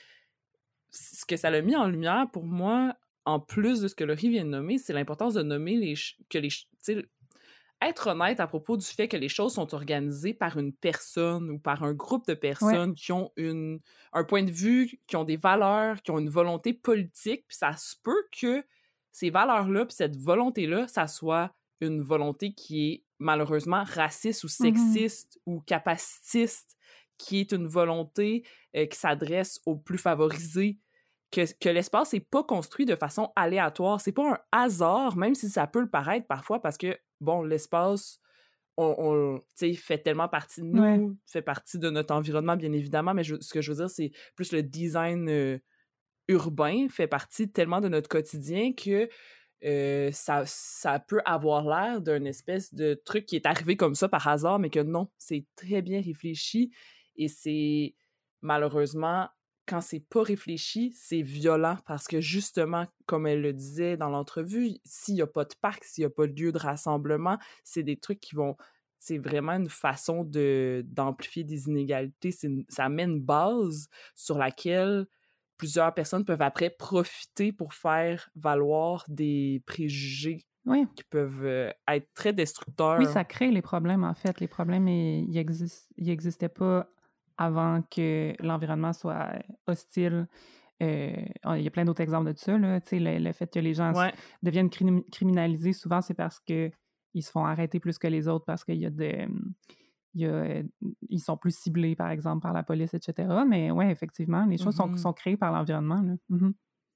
S1: ce que ça l'a mis en lumière pour moi, en plus de ce que Laurie vient de nommer, c'est l'importance de nommer les ch- que les ch- tu sais, être honnête à propos du fait que les choses sont organisées par une personne ou par un groupe de
S2: Ouais.
S1: personnes qui ont une, un point de vue, qui ont des valeurs, qui ont une volonté politique, puis ça se peut que ces valeurs-là, puis cette volonté-là, ça soit une volonté qui est malheureusement raciste ou
S2: Mhm.
S1: sexiste ou capacitiste, qui est une volonté euh, qui s'adresse aux plus favorisés, que, que l'espace n'est pas construit de façon aléatoire. C'est pas un hasard, même si ça peut le paraître parfois, parce que, bon, l'espace, on, on tu sais, fait tellement partie de
S2: Ouais.
S1: nous, fait partie de notre environnement, bien évidemment, mais je- ce que je veux dire, c'est plus le design euh, urbain fait partie tellement de notre quotidien que euh, ça, ça peut avoir l'air d'un espèce de truc qui est arrivé comme ça par hasard, mais que non, c'est très bien réfléchi et c'est malheureusement, quand c'est pas réfléchi, c'est violent parce que justement, comme elle le disait dans l'entrevue, s'il y a pas de parc, s'il y a pas de lieu de rassemblement, c'est des trucs qui vont... C'est vraiment une façon de, d'amplifier des inégalités. C'est une- ça met une base sur laquelle plusieurs personnes peuvent après profiter pour faire valoir des préjugés
S2: Oui.
S1: qui peuvent euh, être très
S2: Oui,
S1: destructeurs.
S2: ça crée les problèmes, en fait. Les problèmes, ils n'existaient pas avant que l'environnement soit hostile. Euh, il y a plein d'autres exemples de ça, là. Tu sais, le, le fait que les gens s-
S1: Ouais.
S2: deviennent crim- criminalisés, souvent, c'est parce que ils se font arrêter plus que les autres, parce qu'il y a de... il y a, euh, ils sont plus ciblés, par exemple, par la police, et cetera. Mais oui, effectivement, les choses sont,
S1: Mhm.
S2: sont créées par l'environnement, là. Mhm.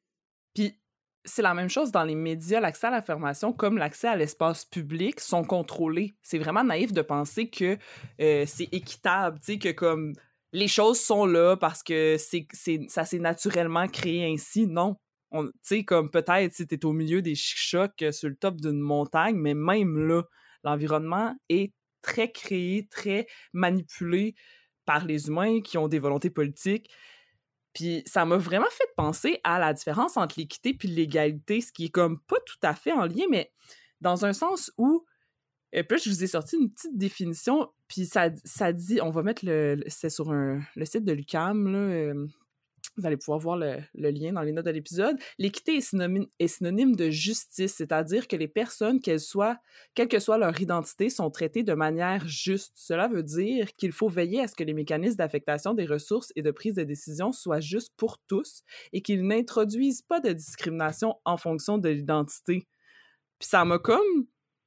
S1: Puis c'est la même chose dans les médias. L'accès à l'information comme l'accès à l'espace public sont contrôlés. C'est vraiment naïf de penser que euh, c'est équitable, tu sais, que comme les choses sont là parce que c'est, c'est, ça s'est naturellement créé ainsi. Non. Tu sais, comme peut-être si t'es au milieu des chic-chocs euh, sur le top d'une montagne, mais même là, l'environnement est très créé, très manipulé par les humains qui ont des volontés politiques. Puis ça m'a vraiment fait penser à la différence entre l'équité puis l'égalité, ce qui est comme pas tout à fait en lien, mais dans un sens où... Et puis là, je vous ai sorti une petite définition, puis ça, ça dit... On va mettre le... le- c'est sur un, le site de l'U Q A M, là, euh, vous allez pouvoir voir le, le lien dans les notes de l'épisode. L'équité est synonyme, est synonyme de justice, c'est-à-dire que les personnes, qu'elles soient, quelle que soit leur identité, sont traitées de manière juste. Cela veut dire qu'il faut veiller à ce que les mécanismes d'affectation des ressources et de prise de décision soient justes pour tous et qu'ils n'introduisent pas de discrimination en fonction de l'identité. Puis ça m'a comme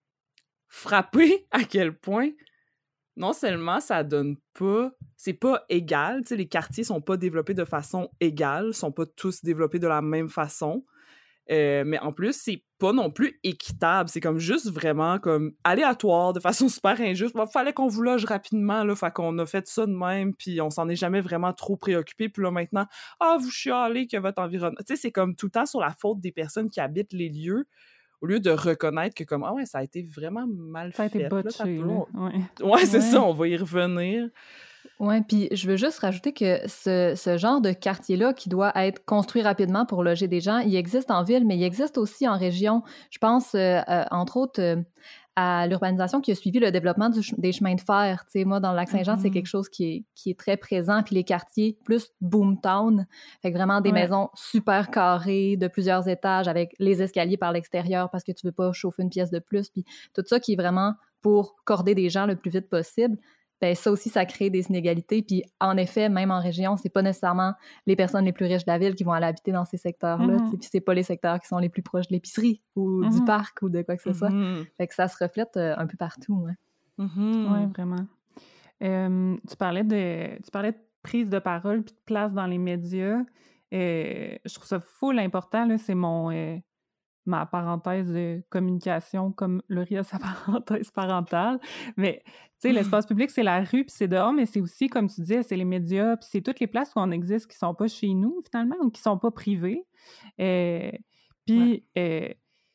S1: frappé à quel point non seulement ça donne pas... C'est pas égal, tu sais, les quartiers sont pas développés de façon égale, sont pas tous développés de la même façon, euh, mais en plus, c'est pas non plus équitable. C'est comme juste vraiment comme aléatoire, de façon super injuste. Il fallait qu'on vous loge rapidement, là, fait qu'on a fait ça de même, puis on s'en est jamais vraiment trop préoccupé, puis là, maintenant, ah, vous chialez que votre environnement... Tu sais, c'est comme tout le temps sur la faute des personnes qui habitent les lieux, au lieu de reconnaître que comme, ah ouais, ça a été vraiment mal
S2: Ça a été
S1: fait. Là, ça
S2: botché,
S1: peut...
S2: là.
S1: on-
S2: Ouais.
S1: Ouais, c'est
S2: Ouais.
S1: ça, on va y revenir.
S4: Oui, puis je veux juste rajouter que ce, ce genre de quartier-là qui doit être construit rapidement pour loger des gens, il existe en ville, mais il existe aussi en région. Je pense, euh, euh, entre autres, euh, à l'urbanisation qui a suivi le développement du ch- des chemins de fer. Tu sais, moi, dans le Lac-Saint-Jean, c'est
S1: Mhm.
S4: quelque chose qui est, qui est très présent, puis les quartiers plus boomtown, fait que vraiment des
S2: Ouais.
S4: maisons super carrées, de plusieurs étages, avec les escaliers par l'extérieur parce que tu veux pas chauffer une pièce de plus, puis tout ça qui est vraiment pour corder des gens le plus vite possible. Ben ça aussi, ça crée des inégalités. Puis en effet, même en région, c'est pas nécessairement les personnes les plus riches de la ville qui vont aller habiter dans ces secteurs-là.
S2: Mhm.
S4: tu sais, Puis c'est pas les secteurs qui sont les plus proches de l'épicerie ou du
S2: Mhm.
S4: parc ou de quoi que ce soit.
S1: Mhm.
S4: Fait que ça se reflète euh, un peu partout. Ouais.
S1: Mhm.
S2: Oui, vraiment. Euh, tu parlais de tu parlais de prise de parole puis de place dans les médias. Euh, je trouve ça full important, là, c'est mon euh, ma parenthèse de communication, comme Laurie a sa parenthèse parentale. Mais, tu sais, l'espace public, c'est la rue, puis c'est dehors, mais c'est aussi, comme tu disais, c'est les médias, puis c'est toutes les places où on existe qui sont pas chez nous, finalement, ou qui sont pas privées. Euh, puis, euh,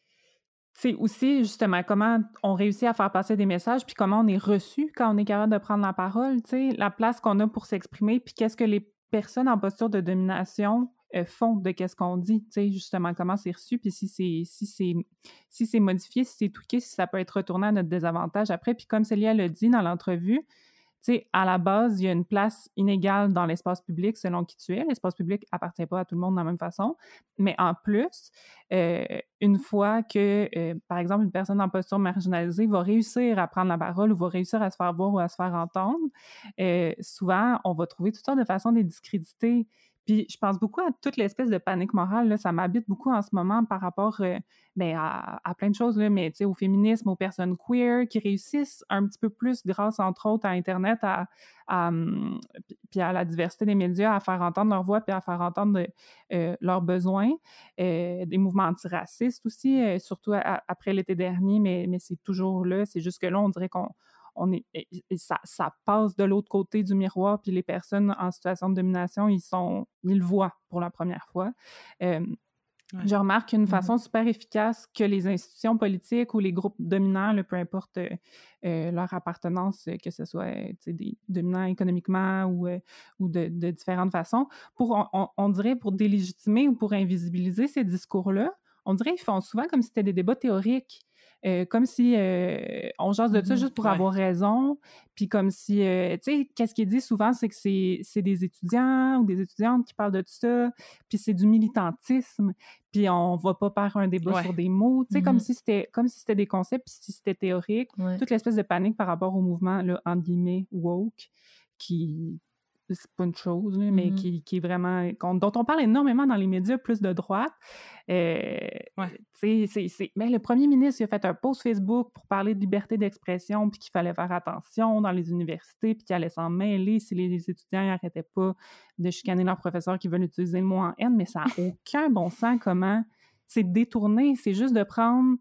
S2: c'est aussi, justement, comment on réussit à faire passer des messages, puis comment on est reçu quand on est capable de prendre la parole, tu sais, la place qu'on a pour s'exprimer, puis qu'est-ce que les personnes en posture de domination euh, font de qu'est-ce qu'on dit, tu sais, justement, comment c'est reçu, puis si c'est si c'est si c'est modifié, si c'est tweaké, si ça peut être retourné à notre désavantage après. Puis comme Célia l'a dit dans l'entrevue, tu sais, à la base, il y a une place inégale dans l'espace public selon qui tu es. L'espace public appartient pas à tout le monde de la même façon. Mais en plus, euh, une fois que, euh, par exemple, une personne en posture marginalisée va réussir à prendre la parole ou va réussir à se faire voir ou à se faire entendre, euh, souvent, on va trouver toutes sortes de façons de les discréditer. Puis je pense beaucoup à toute l'espèce de panique morale, là, ça m'habite beaucoup en ce moment par rapport euh, ben, à, à plein de choses, là, mais au féminisme, aux personnes queer qui réussissent un petit peu plus grâce, entre autres, à Internet, à, à, um, puis à la diversité des médias, à faire entendre leur voix puis à faire entendre euh, leurs besoins. Euh, des mouvements antiracistes aussi, euh, surtout à, après l'été dernier, mais, mais c'est toujours là. C'est juste que là, on dirait qu'on On est, ça, ça passe de l'autre côté du miroir, puis les personnes en situation de domination, ils sont, ils le voient pour la première fois. Euh, ouais. Je remarque une façon mm-hmm. super efficace que les institutions politiques ou les groupes dominants, là, peu importe euh, leur appartenance, que ce soit des dominants économiquement ou, euh, ou de, de différentes façons, pour, on, on dirait pour délégitimer ou pour invisibiliser ces discours-là, on dirait qu'ils font souvent comme si c'était des débats théoriques. Euh, comme si euh, on jase de ça juste pour ouais. avoir raison, puis comme si, euh, tu sais, qu'est-ce qui est dit souvent, c'est que c'est, c'est des étudiants ou des étudiantes qui parlent de tout ça, puis c'est du militantisme, puis on va pas faire un débat ouais. sur des mots, tu sais, mm-hmm. comme si c'était comme si c'était des concepts, puis si c'était théorique, ouais. toute l'espèce de panique par rapport au mouvement, là, entre guillemets, woke, qui... c'est pas une chose, là, mais mm-hmm. qui, qui est vraiment... dont on parle énormément dans les médias, plus de droite. Euh, ouais. c'est, c'est, c'est... Mais le premier ministre il a fait un post Facebook pour parler de liberté d'expression, puis qu'il fallait faire attention dans les universités, puis qu'il allait s'en mêler si les, les étudiants n'arrêtaient pas de chicaner leurs professeurs qui veulent utiliser le mot en haine, mais ça n'a aucun bon sens comment c'est détourné. C'est juste de prendre...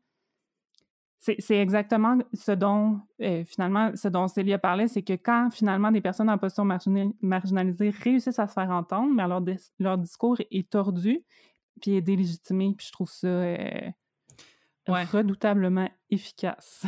S2: C'est, c'est exactement ce dont, euh, finalement, ce dont Célia parlait, c'est que quand, finalement, des personnes en posture marginal- marginalisée réussissent à se faire entendre, mais alors leur, leur discours est tordu, puis est délégitimé, puis je trouve ça euh, ouais. redoutablement efficace.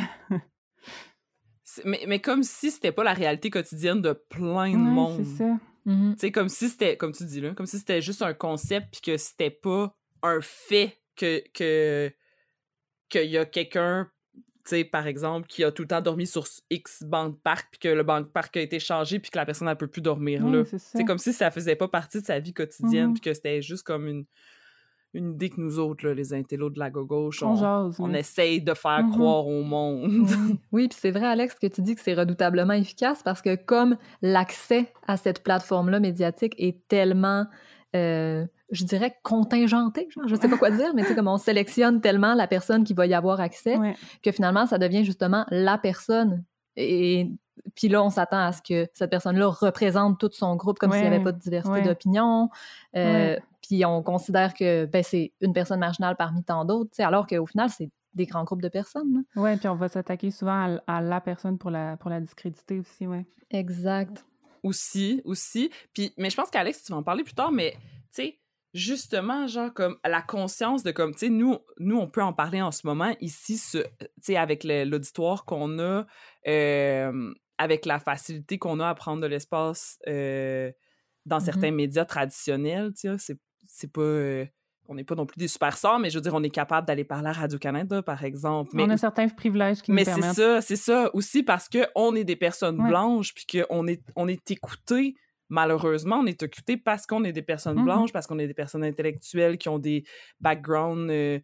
S1: mais, mais comme si c'était pas la réalité quotidienne de plein de
S2: ouais,
S1: monde.
S2: c'est ça.
S1: Mm-hmm. Tu sais, comme si c'était, comme tu dis là, comme si c'était juste un concept, puis que c'était pas un fait que, que, qu'il y a quelqu'un... tu sais, par exemple, qui a tout le temps dormi sur X banc de parc, puis que le banc de parc a été changé, puis que la personne ne peut plus dormir
S2: oui,
S1: là.
S2: C'est,
S1: c'est comme si ça faisait pas partie de sa vie quotidienne, mm-hmm. puis que c'était juste comme une, une idée que nous autres, là, les intellos de la gauche, on, on, jase, on essaye de faire mm-hmm. croire au monde.
S4: Oui, oui, puis c'est vrai, Alex, que tu dis que c'est redoutablement efficace, parce que comme l'accès à cette plateforme-là médiatique est tellement... Euh, je dirais contingenté, genre, je sais pas quoi dire, mais tu sais, comme on sélectionne tellement la personne qui va y avoir accès, ouais. que finalement, ça devient justement la personne. Et puis là, on s'attend à ce que cette personne-là représente tout son groupe comme ouais. s'il n'y avait pas de diversité ouais. d'opinion. Euh, ouais. Puis on considère que ben, c'est une personne marginale parmi tant d'autres, tu sais, alors qu'au final, c'est des grands groupes de personnes.
S2: Oui, puis on va s'attaquer souvent à, à la personne pour la, pour la discréditer aussi, oui.
S4: Exact.
S1: Aussi, aussi. Puis, mais je pense qu'Alex, tu vas en parler plus tard, mais tu sais, justement, genre, comme la conscience de comme, tu sais, nous, nous, on peut en parler en ce moment ici, tu sais, avec le, l'auditoire qu'on a, euh, avec la facilité qu'on a à prendre de l'espace euh, dans
S4: Mhm.
S1: certains médias traditionnels, tu sais, c'est, c'est pas... euh, on n'est pas non plus des superstars, mais je veux dire, on est capable d'aller parler à Radio-Canada, par exemple. Mais,
S2: On a certains privilèges qui nous
S1: mais c'est
S2: permettent...
S1: ça, c'est ça aussi parce qu'on est des personnes
S2: Ouais.
S1: blanches, puis qu'on est, on est écoutés. Malheureusement, on est écoutés parce qu'on est des personnes
S2: Mhm.
S1: blanches, parce qu'on est des personnes intellectuelles qui ont des backgrounds, euh,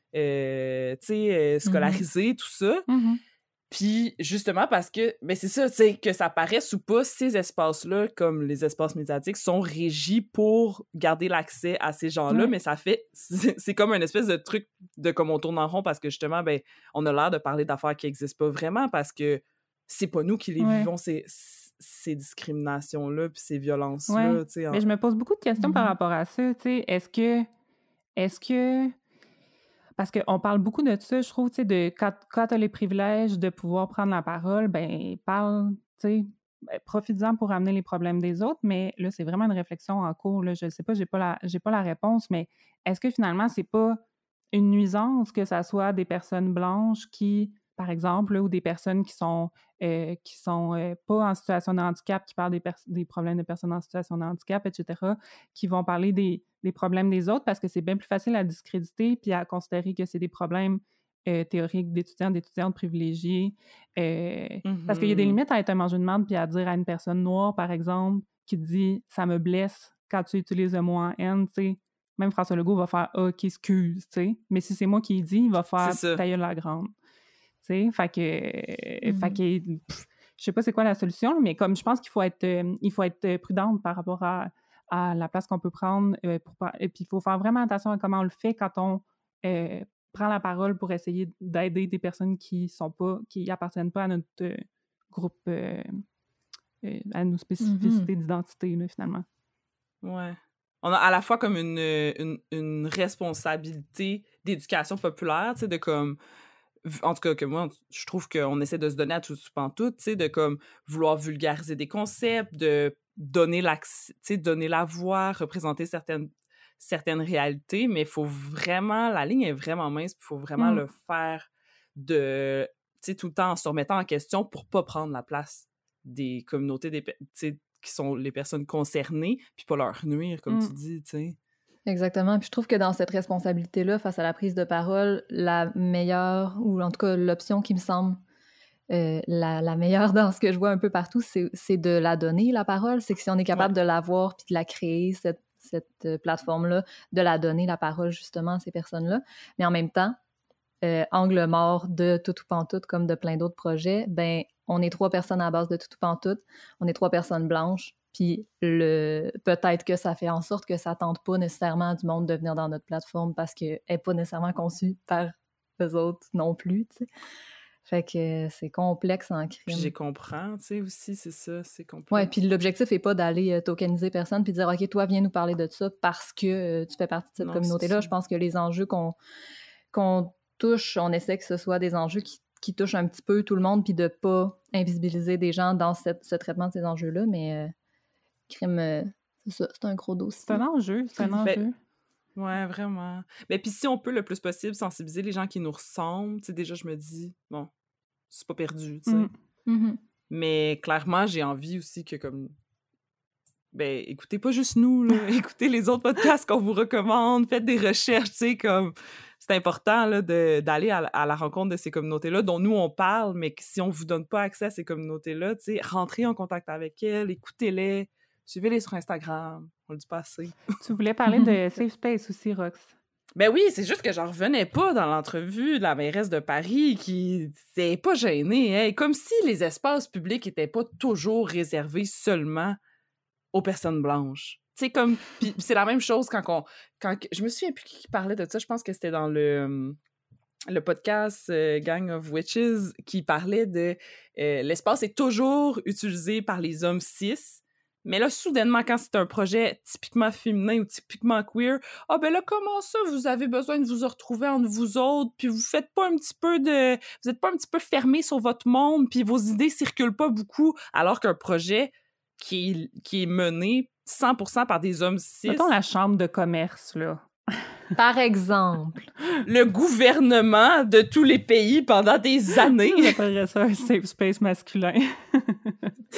S1: euh, tu sais, euh, scolarisés, tout ça.
S2: Mhm.
S1: Puis justement parce que, ben c'est ça, tu sais, que ça paraisse ou pas, ces espaces-là, comme les espaces médiatiques, sont régis pour garder l'accès à ces gens-là,
S2: Ouais.
S1: mais ça fait, c'est, c'est comme un espèce de truc de comme on tourne en rond parce que justement, ben, on a l'air de parler d'affaires qui n'existent pas vraiment parce que c'est pas nous qui les
S2: Ouais.
S1: vivons, ces, ces discriminations-là puis ces violences-là,
S2: Ouais.
S1: tu sais. en-
S2: Mais je me pose beaucoup de questions par
S4: Mhm.
S2: rapport à ça, tu sais. Est-ce que... Est-ce que... Parce qu'on parle beaucoup de ça, je trouve, tu sais, de quand, quand tu as les privilèges de pouvoir prendre la parole, ben parle, tu sais, ben, profites-en pour amener les problèmes des autres, mais là, c'est vraiment une réflexion en cours, là, je ne sais pas, j'ai pas la, j'ai pas la réponse, mais est-ce que finalement, c'est pas une nuisance que ça soit des personnes blanches qui, par exemple, là, ou des personnes qui sont, euh, qui sont euh, pas en situation de handicap, qui parlent des, pers- des problèmes de personnes en situation de handicap, et cetera, qui vont parler des, des problèmes des autres parce que c'est bien plus facile à discréditer puis à considérer que c'est des problèmes euh, théoriques d'étudiants, d'étudiantes privilégiés. euh, Parce qu'il y a des
S1: Mhm.
S2: limites à être un mangeur de marde puis à dire à une personne noire, par exemple, qui te dit « ça me blesse quand tu utilises le mot en haine », tu sais. Même François Legault va faire « ah, OK, excuse », tu sais. Mais si c'est moi qui le dis, il va faire
S1: C'est ça.
S2: « ta gueule la grande ». Tu sais, fait que... euh,
S4: Mhm.
S2: fait que pff, je sais pas c'est quoi la solution, mais comme je pense qu'il faut être, euh, il faut être prudente par rapport à, à la place qu'on peut prendre. Euh, pour, par- et puis, il faut faire vraiment attention à comment on le fait quand on euh, prend la parole pour essayer d'aider des personnes qui sont pas, qui appartiennent pas à notre euh, groupe, euh, euh, à nos spécificités
S4: Mhm.
S2: d'identité, là, finalement.
S1: Ouais. On a à la fois comme une, une, une responsabilité d'éducation populaire, tu sais, de comme... v- En tout cas, que moi, je trouve qu'on essaie de se donner à tout pantoute, tu sais, de comme vouloir vulgariser des concepts, de donner l'accès, tu sais, donner la voix, représenter certaines, certaines réalités, mais il faut vraiment... La ligne est vraiment mince, il faut vraiment
S2: Mm.
S1: le faire de... Tu sais, tout le temps en se remettant en question pour pas prendre la place des communautés, des, pe- tu sais, qui sont les personnes concernées, puis pas leur nuire, comme
S2: Mm.
S1: tu dis, tu sais.
S4: Exactement. Puis je trouve que dans cette responsabilité-là, face à la prise de parole, la meilleure, ou en tout cas l'option qui me semble euh, la, la meilleure dans ce que je vois un peu partout, c'est, c'est de la donner, la parole. C'est que si on est capable de l'avoir puis de la créer, cette, cette euh, plateforme-là, de la donner, la parole, justement, à ces personnes-là. Mais en même temps, euh, angle mort de Tout ou Pantoute, comme de plein d'autres projets, ben on est trois personnes à la base de Tout ou Pantoute, on est trois personnes blanches, puis le... peut-être que ça fait en sorte que ça tente pas nécessairement du monde de venir dans notre plateforme parce qu'elle n'est pas nécessairement conçue par eux autres non plus, tu sais. Fait que c'est complexe en crime.
S1: Puis j'ai comprends, tu sais, aussi, c'est ça, c'est complexe.
S4: Ouais, puis l'objectif est pas d'aller euh, tokeniser personne puis dire « OK, toi, viens nous parler de ça parce que euh, tu fais partie de cette
S1: Non,
S4: communauté-là. »
S1: c'est
S4: Je
S1: ça.
S4: pense que les enjeux qu'on, qu'on touche, on essaie que ce soit des enjeux qui, qui touchent un petit peu tout le monde puis de pas invisibiliser des gens dans cette, ce traitement de ces enjeux-là, mais euh, crime, euh, c'est ça, c'est un gros dossier.
S2: C'est un enjeu, c'est un
S1: Ben,
S2: enjeu.
S1: ouais, vraiment. Mais puis si on peut le plus possible sensibiliser les gens qui nous ressemblent, tu sais, déjà, je me dis, bon, c'est pas perdu, tu sais.
S2: Mm.
S4: Mhm.
S1: Mais clairement, j'ai envie aussi que, comme, ben, écoutez pas juste nous, là, écoutez les autres podcasts qu'on vous recommande, faites des recherches, tu sais, comme, c'est important, là, de, d'aller à, la- à la rencontre de ces communautés-là dont nous, on parle, mais que si on vous donne pas accès à ces communautés-là, tu sais, rentrez en contact avec elles, écoutez-les, suivez-les sur Instagram, on le dit pas assez.
S2: Tu voulais parler de Safe Space aussi, Rox.
S1: Ben oui, c'est juste que j'en revenais pas dans l'entrevue de la mairesse de Paris qui n'était pas gênée, hein, comme si les espaces publics étaient pas toujours réservés seulement aux personnes blanches. Tu sais, comme... Puis c'est la même chose quand on... Quand... Je me souviens plus qui parlait de ça, je pense que c'était dans le... le podcast euh, Gang of Witches qui parlait de euh, l'espace est toujours utilisé par les hommes cis, mais là, soudainement, quand c'est un projet typiquement féminin ou typiquement queer, ah ben là, comment ça, vous avez besoin de vous retrouver entre vous autres, puis vous faites pas un petit peu de... Vous êtes pas un petit peu fermé sur votre monde, puis vos idées circulent pas beaucoup, alors qu'un projet qui est, qui est mené cent pour cent par des hommes cis...
S2: Mettons la chambre de commerce, là.
S4: Par exemple.
S1: Le gouvernement de tous les pays pendant des années.
S2: J'appellerais ça un safe space masculin.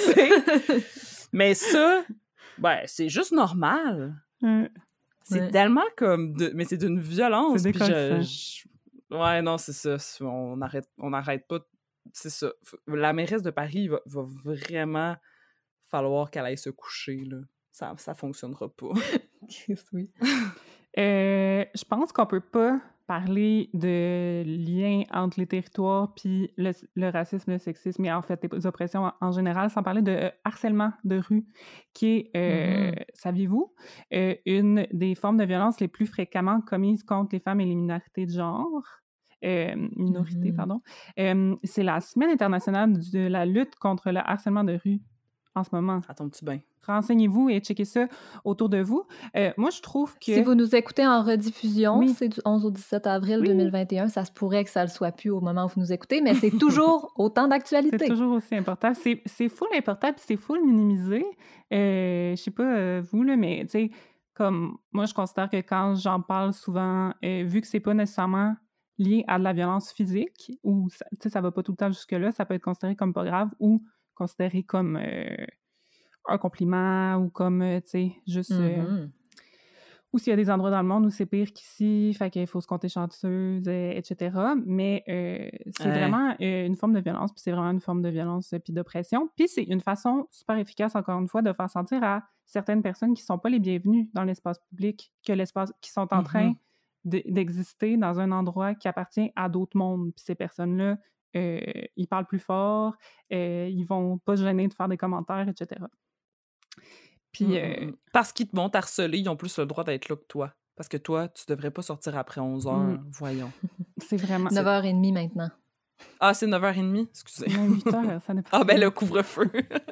S1: tu sais. Mais ça, ben, c'est juste normal.
S2: Euh,
S1: C'est
S4: Ouais.
S1: tellement comme... De... Mais c'est d'une violence.
S2: C'est
S1: Puis je,
S2: décollissant.
S1: je- Ouais, non, c'est ça. C'est- On n'arrête on arrête pas. C'est ça. F- La mairesse de Paris va, va vraiment falloir qu'elle aille se coucher, là. Ça, ça fonctionnera pas.
S4: Christ, oui.
S2: Euh, je pense qu'on peut pas parler de lien entre les territoires puis le, le racisme, le sexisme et en fait les oppressions en, en général sans parler de euh, harcèlement de rue qui est, euh,
S4: Mhm.
S2: saviez-vous, euh, une des formes de violence les plus fréquemment commises contre les femmes et les minorités de genre. Euh, minorités,
S4: Mhm.
S2: pardon. Euh, c'est la Semaine internationale de la lutte contre le harcèlement de rue en ce moment.
S1: Ça tombe-tu bien?
S2: Renseignez-vous et checkez ça autour de vous. Euh, moi, je trouve que...
S4: Si vous nous écoutez en rediffusion,
S2: Oui.
S4: c'est du onze au dix-sept avril
S2: Oui.
S4: deux mille vingt et un. Ça se pourrait que ça ne le soit plus au moment où vous nous écoutez, mais c'est toujours autant
S2: C'est
S4: d'actualité.
S2: toujours aussi important. C'est, c'est full important, puis c'est full minimisé. Euh, je sais pas, euh, vous, là, mais tu sais, comme moi, je considère que quand j'en parle souvent, euh, vu que c'est pas nécessairement lié à de la violence physique, ou ça- tu sais, ça va pas tout le temps jusque-là, ça peut être considéré comme pas grave ou considéré comme euh, un compliment ou comme, euh, tu sais, juste... euh,
S4: Mhm.
S2: ou s'il y a des endroits dans le monde où c'est pire qu'ici, fait qu'il faut se compter chanceuse, euh, et cetera. Mais euh, c'est
S1: Ouais.
S2: vraiment euh, une forme de violence, puis c'est vraiment une forme de violence euh, puis d'oppression. Puis c'est une façon super efficace, encore une fois, de faire sentir à certaines personnes qui sont pas les bienvenues dans l'espace public, que l'espace, qui sont en train
S1: Mhm.
S2: de- d'exister dans un endroit qui appartient à d'autres mondes. Puis ces personnes-là, euh, ils parlent plus fort, euh, ils vont pas se gêner de faire des commentaires, et cetera. Puis,
S1: Mm,
S2: euh,
S1: mm, mm. Parce qu'ils te vont harceler, ils ont plus le droit d'être là que toi. Parce que toi, tu devrais pas sortir après onze heures,
S2: Mm.
S1: voyons.
S2: c'est vraiment...
S4: neuf heures trente maintenant.
S1: Ah, c'est neuf heures trente, excusez.
S2: Même huit heures, ça n'est pas...
S1: Ah, ben le couvre-feu.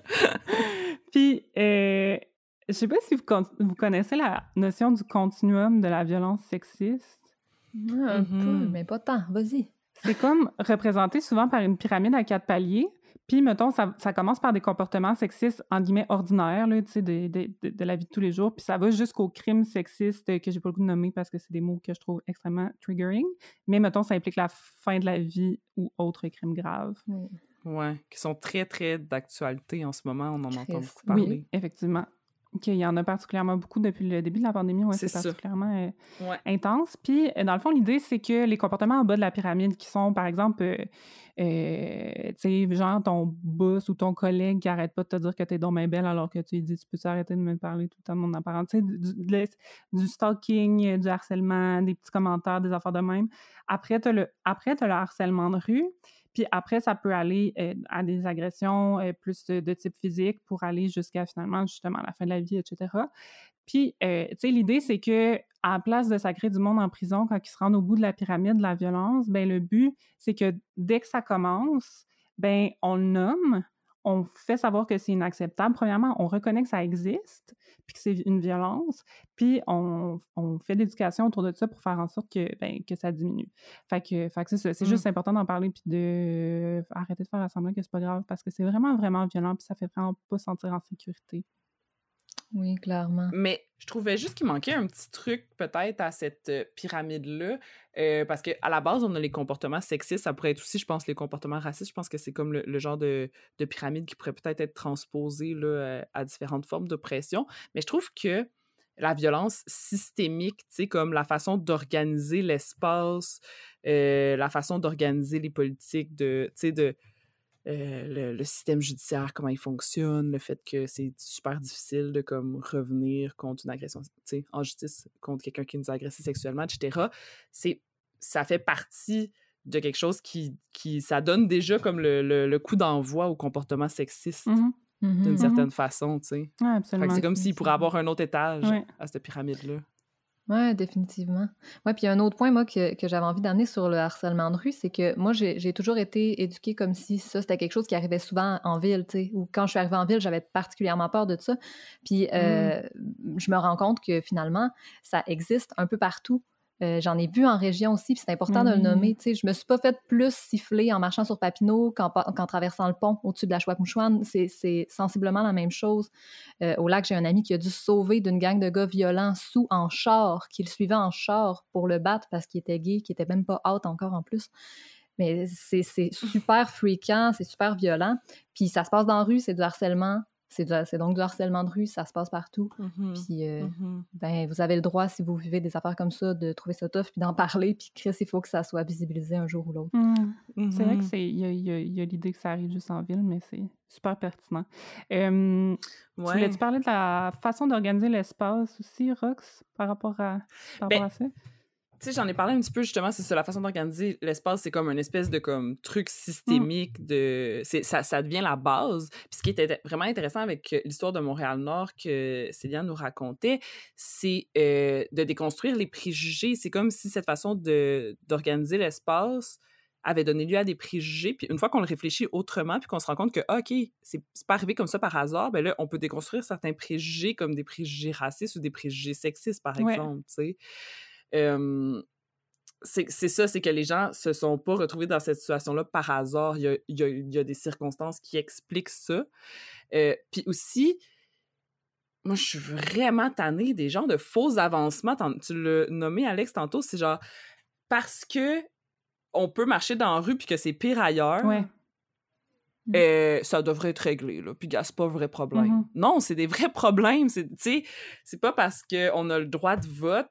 S2: Puis, euh, je sais pas si vous, con- vous connaissez la notion du continuum de la violence sexiste.
S4: Ouais, un
S1: Mhm.
S4: peu, mais pas tant. Vas-y.
S2: C'est comme représenté souvent par une pyramide à quatre paliers. Puis, mettons, ça, ça commence par des comportements sexistes, en guillemets, ordinaires, là, tu sais, de, de, de, de la vie de tous les jours. Puis ça va jusqu'aux crimes sexistes que j'ai pas le goût de nommer parce que c'est des mots que je trouve extrêmement triggering. Mais, mettons, ça implique la fin de la vie ou autres crimes graves.
S4: Oui.
S1: Ouais, qui sont très, très d'actualité en ce moment. On en entend
S4: Très-
S1: beaucoup parler.
S2: Oui, effectivement. Qu'il y en a particulièrement beaucoup depuis le début de la pandémie. Ouais,
S1: C'est
S2: c'est
S1: ça.
S2: particulièrement euh,
S1: Ouais.
S2: intense. Puis, euh, dans le fond, l'idée, c'est que les comportements en bas de la pyramide, qui sont, par exemple, euh, euh, tu sais, genre ton boss ou ton collègue qui arrête pas de te dire que t'es donc bien belle alors que tu lui dis, tu peux arrêter de me parler tout le temps de mon apparence. Tu sais, du, du, du stalking, euh, du harcèlement, des petits commentaires, des affaires de même. Après, t'as le, après, t'as le harcèlement de rue. Puis après, ça peut aller euh, à des agressions euh, plus de, de type physique pour aller jusqu'à finalement, justement, la fin de la vie, et cetera. Puis, euh, tu sais, l'idée, c'est que à la place de sacrer du monde en prison quand ils se rendent au bout de la pyramide de la violence, ben le but, c'est que dès que ça commence, ben on le nomme, on fait savoir que c'est inacceptable. Premièrement, on reconnaît que ça existe, puis que c'est une violence, puis on, on fait de l'éducation autour de ça pour faire en sorte que, ben, que ça diminue. Fait que, fait que c'est ça. C'est
S1: Mm.
S2: juste important d'en parler, puis de euh, arrêter de faire semblant que c'est pas grave, parce que c'est vraiment, vraiment violent, puis ça fait vraiment pas se sentir en sécurité.
S4: Oui, clairement.
S1: Mais je trouvais juste qu'il manquait un petit truc peut-être à cette euh, pyramide-là, euh, parce qu'à la base, on a les comportements sexistes, ça pourrait être aussi, je pense, les comportements racistes. Je pense que c'est comme le, le genre de, de pyramide qui pourrait peut-être être transposé là, euh, à différentes formes d'oppression. Mais je trouve que la violence systémique, tu sais, comme la façon d'organiser l'espace, euh, la façon d'organiser les politiques, de, tu sais, de... Euh, le, le système judiciaire, comment il fonctionne, le fait que c'est super difficile de comme revenir contre une agression, tu sais, en justice contre quelqu'un qui nous a agressé sexuellement, et cetera. C'est, ça fait partie de quelque chose qui, qui ça donne déjà comme le, le, le coup d'envoi au comportement sexiste
S2: Mm-hmm.
S1: d'une
S4: Mhm.
S1: certaine façon, tu sais.
S2: Ouais,
S1: Fait que
S2: absolument.
S1: c'est comme s'il pourrait avoir un autre étage
S2: Ouais.
S1: à cette pyramide-là.
S4: Oui, définitivement. Oui, puis il y a un autre point, moi, que, que j'avais envie d'amener sur le harcèlement de rue, c'est que moi, j'ai, j'ai toujours été éduquée comme si ça, c'était quelque chose qui arrivait souvent en ville, tu sais, ou quand je suis arrivée en ville, j'avais particulièrement peur de ça. Puis euh, je me rends compte que finalement, ça existe un peu partout. Euh, j'en ai vu en région aussi, puis c'est important de le
S2: Oui.
S4: nommer. Tu sais, je me suis pas fait plus siffler en marchant sur Papineau qu'en, pa- qu'en traversant le pont au-dessus de la Chouac-Mouchouane. C'est, c'est sensiblement la même chose. Euh, au lac, j'ai un ami qui a dû se sauver d'une gang de gars violents sous en char, qui le suivait en char pour le battre parce qu'il était gay, qui était même pas out encore en plus. Mais c'est, c'est super fréquent, c'est super violent. Puis ça se passe dans la rue, c'est du harcèlement. C'est, du, c'est donc du harcèlement de rue, ça se passe partout.
S1: Mm-hmm.
S4: Puis, euh,
S1: mm-hmm.
S4: ben, vous avez le droit, si vous vivez des affaires comme ça, de trouver ça tough, puis d'en parler. Puis Chris, il faut que ça soit visibilisé un jour ou l'autre.
S2: Mm.
S1: Mm-hmm.
S2: C'est vrai que c'est, il y a, y a, y a l'idée que ça arrive juste en ville, mais c'est super pertinent. Euh,
S1: Ouais.
S2: Tu voulais-tu parler de la façon d'organiser l'espace aussi, Rox, par rapport à, par
S1: ben,
S2: rapport à ça?
S1: Tu sais, j'en ai parlé un petit peu, justement, c'est ça, la façon d'organiser l'espace, c'est comme une espèce de comme truc systémique, mm. de c'est, ça, ça devient la base. Puis ce qui était vraiment intéressant avec l'histoire de Montréal-Nord que Célia nous racontait, c'est euh, de déconstruire les préjugés. C'est comme si cette façon de, d'organiser l'espace avait donné lieu à des préjugés, puis une fois qu'on le réfléchit autrement, puis qu'on se rend compte que, ah, OK, c'est, c'est pas arrivé comme ça par hasard, ben là, on peut déconstruire certains préjugés comme des préjugés racistes ou des préjugés sexistes, par
S2: Ouais.
S1: exemple, tu sais. Euh, c'est, c'est ça, c'est que les gens se sont pas retrouvés dans cette situation-là par hasard. Il y a, il y a, il y a des circonstances qui expliquent ça. Euh, puis aussi, moi, je suis vraiment tannée des gens de faux avancements. Tu l'as nommé, Alex, tantôt, c'est genre parce que on peut marcher dans la rue puis que c'est pire ailleurs,
S2: ouais.
S1: euh, ça devrait être réglé, là. Puis, gars, c'est pas un vrai problème. Mm-hmm. Non, c'est des vrais problèmes. C'est, tu sais, c'est pas parce qu'on a le droit de vote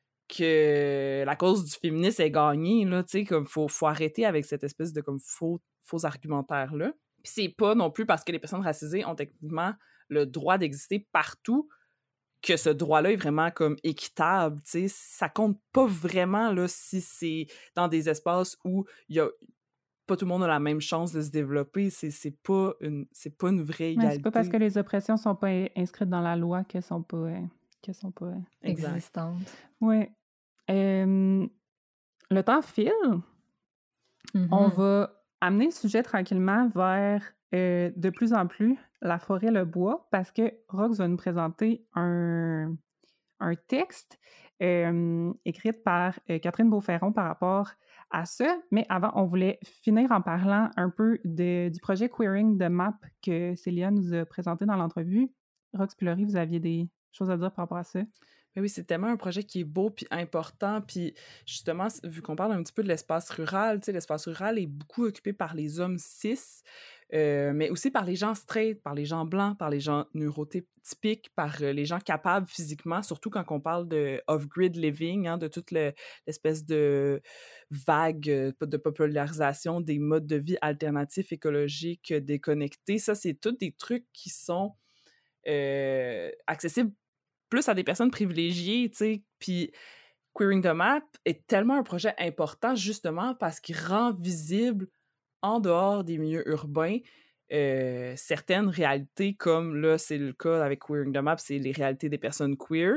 S1: que la cause du féminisme est gagnée, là, tu sais, comme faut, faut arrêter avec cette espèce de comme faux, faux argumentaire-là. Puis c'est pas non plus parce que les personnes racisées ont techniquement le droit d'exister partout que ce droit-là est vraiment comme équitable, tu sais. Ça compte pas vraiment, là, si c'est dans des espaces où il y a pas tout le monde a la même chance de se développer, c'est, c'est, pas, une, c'est pas une vraie égalité.
S2: Mais c'est pas parce que les oppressions sont pas inscrites dans la loi qu'elles sont pas, euh, qu'elles sont pas euh,
S4: existantes.
S2: Oui. Euh, le temps file. Mm-hmm. On va amener le sujet tranquillement vers euh, de plus en plus la forêt, le bois, parce que Rox va nous présenter un, un texte euh, écrit par euh, Catherine Beauferron par rapport à ça. Mais avant, on voulait finir en parlant un peu de, du projet Queering de M A P que Célia nous a présenté dans l'entrevue. Rox puis Laurie, vous aviez des choses à dire par rapport à ça?
S1: Mais oui, c'est tellement un projet qui est beau puis important. Puis justement, vu qu'on parle un petit peu de l'espace rural, tu sais, l'espace rural est beaucoup occupé par les hommes cis, euh, mais aussi par les gens straight, par les gens blancs, par les gens neurotypiques, par euh, les gens capables physiquement, surtout quand on parle de off-grid living, hein, de toute le, l'espèce de vague de popularisation des modes de vie alternatifs, écologiques, déconnectés. Ça, c'est tous des trucs qui sont euh, accessibles plus à des personnes privilégiées, tu sais, puis Queering the Map est tellement un projet important, justement, parce qu'il rend visible, en dehors des milieux urbains, euh, certaines réalités, comme là, c'est le cas avec Queering the Map, c'est les réalités des personnes queer.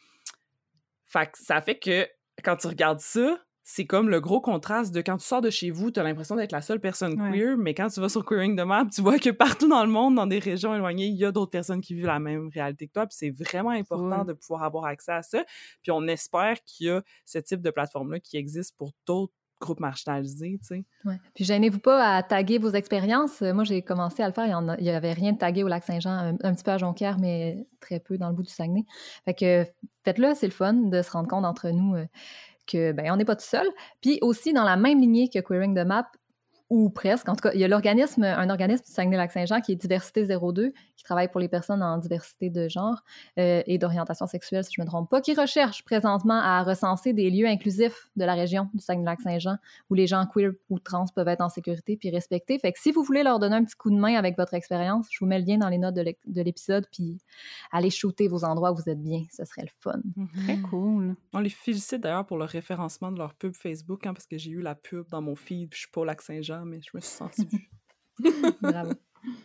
S1: Fait que ça fait que, quand tu regardes ça, c'est comme le gros contraste de quand tu sors de chez vous, tu as l'impression d'être la seule personne
S2: ouais.
S1: queer, mais quand tu vas sur Queering the Map, tu vois que partout dans le monde, dans des régions éloignées, il y a d'autres personnes qui vivent la même réalité que toi, puis c'est vraiment important ouais. de pouvoir avoir accès à ça. Puis on espère qu'il y a ce type de plateforme-là qui existe pour d'autres groupes marginalisés, tu sais.
S4: Ouais. Puis gênez-vous pas à taguer vos expériences. Moi, j'ai commencé à le faire. Il n'y avait rien de tagué au Lac-Saint-Jean, un, un petit peu à Jonquière, mais très peu dans le bout du Saguenay. Fait que faites-le, c'est le fun de se rendre compte entre nous euh, que ben on n'est pas tout seul. Puis aussi, dans la même lignée que Queering the Map, ou presque, en tout cas, il y a l'organisme, un organisme du Saguenay-Lac-Saint-Jean qui est Diversité zéro deux, qui travaille pour les personnes en diversité de genre euh, et d'orientation sexuelle, si je ne me trompe pas, qui recherche présentement à recenser des lieux inclusifs de la région du Saguenay-Lac-Saint-Jean où les gens queer ou trans peuvent être en sécurité puis respectés. Fait que si vous voulez leur donner un petit coup de main avec votre expérience, je vous mets le lien dans les notes de, l'é- de l'épisode, puis allez shooter vos endroits où vous êtes bien. Ce serait le fun.
S2: Mm-hmm. Très cool.
S1: On les félicite d'ailleurs pour le référencement de leur pub Facebook, hein, parce que j'ai eu la pub dans mon feed, puis je suis pas au Lac-Saint-Jean, mais je me suis sentie vue.
S4: Bravo.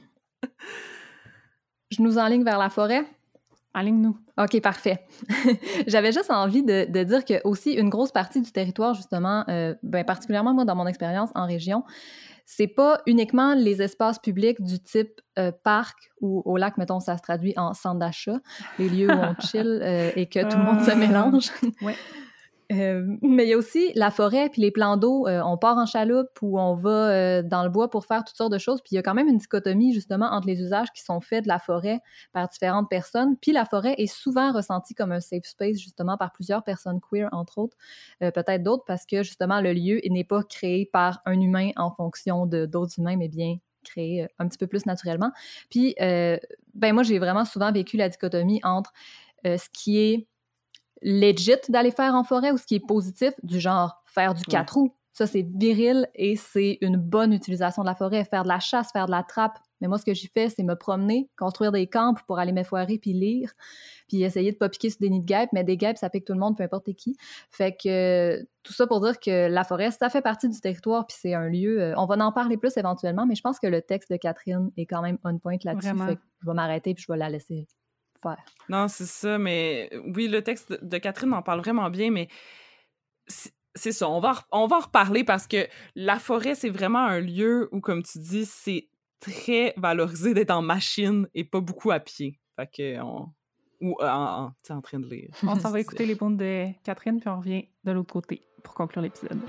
S4: Je nous enligne vers la forêt?
S2: Enligne-nous.
S4: OK, parfait. J'avais juste envie de, de dire que aussi une grosse partie du territoire, justement, euh, ben, particulièrement moi dans mon expérience en région, c'est pas uniquement les espaces publics du type euh, parc ou au lac, mettons, ça se traduit en centre d'achat, les lieux où on chill euh, et que tout le monde se mélange.
S2: Ouais.
S4: Euh, mais il y a aussi la forêt puis les plans d'eau. Euh, on part en chaloupe ou on va euh, dans le bois pour faire toutes sortes de choses. Puis il y a quand même une dichotomie justement entre les usages qui sont faits de la forêt par différentes personnes. Puis la forêt est souvent ressentie comme un safe space justement par plusieurs personnes queer, entre autres. Euh, peut-être d'autres parce que justement le lieu n'est pas créé par un humain en fonction de d'autres humains, mais bien créé euh, un petit peu plus naturellement. Puis euh, ben moi, j'ai vraiment souvent vécu la dichotomie entre euh, ce qui est legit d'aller faire en forêt ou ce qui est positif, du genre faire du quatre roues. Ça, c'est viril et c'est une bonne utilisation de la forêt. Faire de la chasse, faire de la trappe. Mais moi, ce que j'y fais, c'est me promener, construire des camps pour aller m'effoirer puis lire, puis essayer de pas piquer sur des nids de guêpes. Mais des guêpes, ça pique tout le monde, peu importe qui. Fait que tout ça pour dire que la forêt, ça fait partie du territoire puis c'est un lieu... Euh, on va en parler plus éventuellement, mais je pense que le texte de Catherine est quand même on point là-dessus.
S2: Vraiment.
S4: Fait que je vais m'arrêter puis je vais la laisser faire.
S1: Non, c'est ça, mais oui, le texte de Catherine en parle vraiment bien, mais c'est, c'est ça, on va, en, on va en reparler parce que la forêt, c'est vraiment un lieu où, comme tu dis, c'est très valorisé d'être en machine et pas beaucoup à pied. Fait que, on... ou euh, en, en, en train de lire.
S2: On s'en va écouter les bonnes de Catherine, puis on revient de l'autre côté pour conclure l'épisode.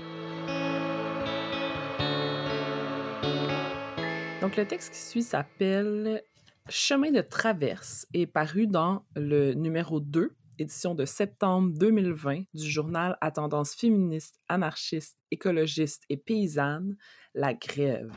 S1: Donc, le texte qui suit s'appelle « Chemin de traverse » et paru dans le numéro deux, édition de septembre deux mille vingt, du journal à tendance féministe, anarchiste, écologiste et paysanne, La Grève.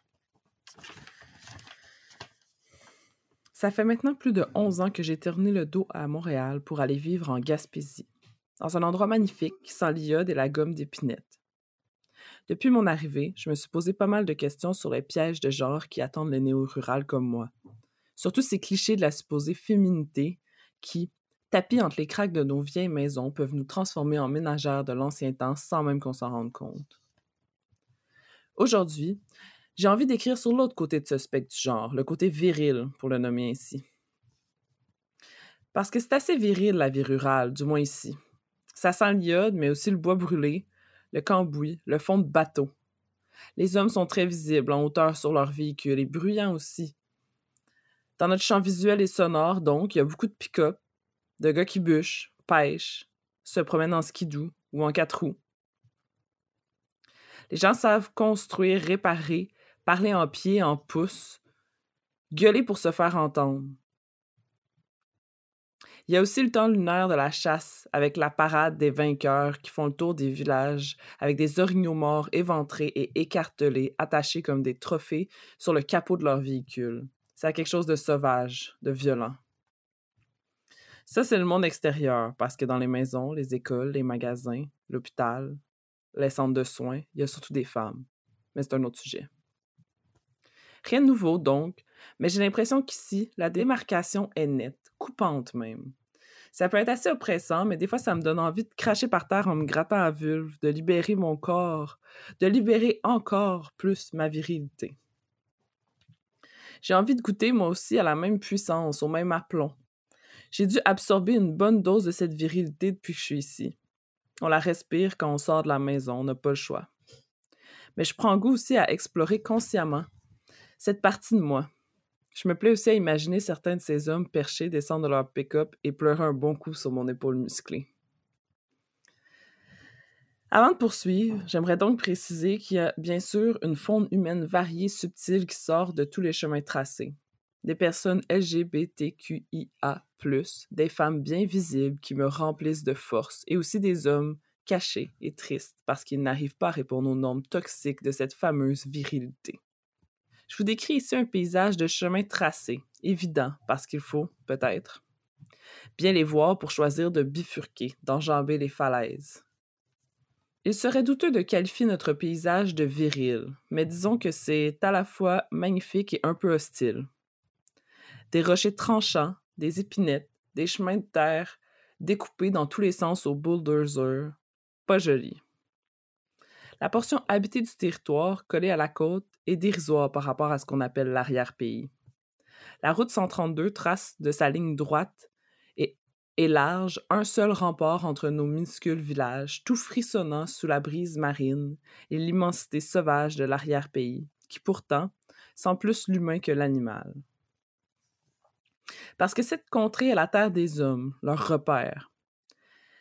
S1: Ça fait maintenant plus de onze ans que j'ai tourné le dos à Montréal pour aller vivre en Gaspésie, dans un endroit magnifique qui sent l'iode et la gomme d'épinette. Depuis mon arrivée, je me suis posé pas mal de questions sur les pièges de genre qui attendent le néo-rural comme moi. Surtout ces clichés de la supposée féminité qui, tapis entre les craques de nos vieilles maisons, peuvent nous transformer en ménagères de l'ancien temps sans même qu'on s'en rende compte. Aujourd'hui, j'ai envie d'écrire sur l'autre côté de ce spectre du genre, le côté viril, pour le nommer ainsi. Parce que c'est assez viril, la vie rurale, du moins ici. Ça sent l'iode, mais aussi le bois brûlé, le cambouis, le fond de bateau. Les hommes sont très visibles, en hauteur sur leur véhicule, et bruyants aussi. Dans notre champ visuel et sonore, donc, il y a beaucoup de pick-up, de gars qui bûchent, pêchent, se promènent en skidoo ou en quatre roues. Les gens savent construire, réparer, parler en pied, en pouce, gueuler pour se faire entendre. Il y a aussi le temps lunaire de la chasse, avec la parade des vainqueurs qui font le tour des villages, avec des orignaux morts éventrés et écartelés, attachés comme des trophées sur le capot de leur véhicule. C'est quelque chose de sauvage, de violent. Ça, c'est le monde extérieur, parce que dans les maisons, les écoles, les magasins, l'hôpital, les centres de soins, il y a surtout des femmes. Mais c'est un autre sujet. Rien de nouveau, donc, mais j'ai l'impression qu'ici, la démarcation est nette, coupante même. Ça peut être assez oppressant, mais des fois, ça me donne envie de cracher par terre en me grattant la vulve, de libérer mon corps, de libérer encore plus ma virilité. J'ai envie de goûter, moi aussi, à la même puissance, au même aplomb. J'ai dû absorber une bonne dose de cette virilité depuis que je suis ici. On la respire quand on sort de la maison, on n'a pas le choix. Mais je prends goût aussi à explorer consciemment cette partie de moi. Je me plais aussi à imaginer certains de ces hommes perchés descendre de leur pick-up et pleurer un bon coup sur mon épaule musclée. Avant de poursuivre, j'aimerais donc préciser qu'il y a bien sûr une faune humaine variée, subtile, qui sort de tous les chemins tracés. Des personnes L G B T Q I A plus, des femmes bien visibles qui me remplissent de force, et aussi des hommes cachés et tristes parce qu'ils n'arrivent pas à répondre aux normes toxiques de cette fameuse virilité. Je vous décris ici un paysage de chemins tracés, évident parce qu'il faut, peut-être, bien les voir pour choisir de bifurquer, d'enjamber les falaises. Il serait douteux de qualifier notre paysage de viril, mais disons que c'est à la fois magnifique et un peu hostile. Des rochers tranchants, des épinettes, des chemins de terre découpés dans tous les sens au bulldozer, pas joli. La portion habitée du territoire, collée à la côte, est dérisoire par rapport à ce qu'on appelle l'arrière-pays. La route cent trente-deux trace de sa ligne droite et est large un seul rempart entre nos minuscules villages, tout frissonnant sous la brise marine et l'immensité sauvage de l'arrière-pays, qui pourtant sent plus l'humain que l'animal. Parce que cette contrée est la terre des hommes, leur repère.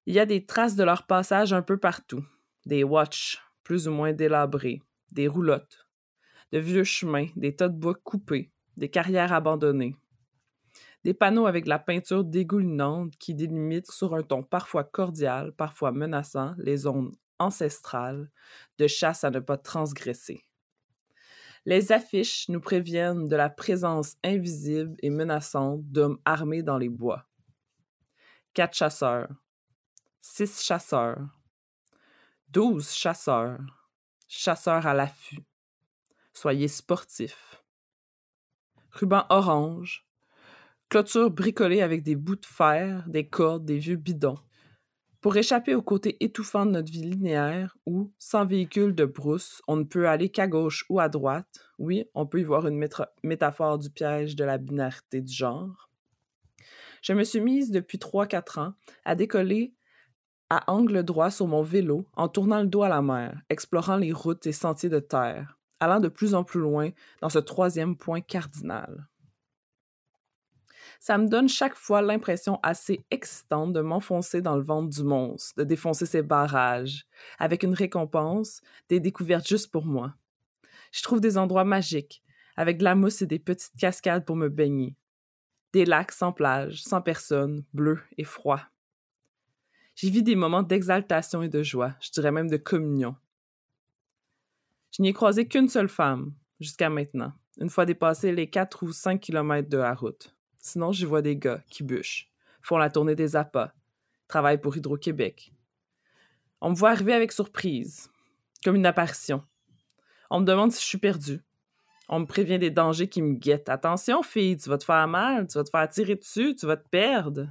S1: Il y a des traces de leur passage un peu partout. Des watches, plus ou moins délabrées, des roulottes, de vieux chemins, des tas de bois coupés, des carrières abandonnées. Des panneaux avec de la peinture dégoulinante qui délimitent sur un ton parfois cordial, parfois menaçant, les zones ancestrales de chasse à ne pas transgresser. Les affiches nous préviennent de la présence invisible et menaçante d'hommes armés dans les bois. Quatre chasseurs, six chasseurs, douze chasseurs, chasseurs à l'affût. Soyez sportifs. Ruban orange, clôture bricolée avec des bouts de fer, des cordes, des vieux bidons. Pour échapper au côté étouffant de notre vie linéaire où, sans véhicule de brousse, on ne peut aller qu'à gauche ou à droite, oui, on peut y voir une métra- métaphore du piège de la binarité du genre, je me suis mise depuis trois quatre ans à décoller à angle droit sur mon vélo en tournant le dos à la mer, explorant les routes et sentiers de terre, allant de plus en plus loin dans ce troisième point cardinal. Ça me donne chaque fois l'impression assez excitante de m'enfoncer dans le ventre du monstre, de défoncer ses barrages, avec une récompense, des découvertes juste pour moi. Je trouve des endroits magiques, avec de la mousse et des petites cascades pour me baigner. Des lacs sans plage, sans personne, bleus et froids. J'y vis des moments d'exaltation et de joie, je dirais même de communion. Je n'y ai croisé qu'une seule femme, jusqu'à maintenant, une fois dépassé les quatre ou cinq kilomètres de la route. Sinon, j'y vois des gars qui bûchent, font la tournée des appâts, travaillent pour Hydro-Québec. On me voit arriver avec surprise, comme une apparition. On me demande si je suis perdue. On me prévient des dangers qui me guettent. Attention, fille, tu vas te faire mal, tu vas te faire tirer dessus, tu vas te perdre.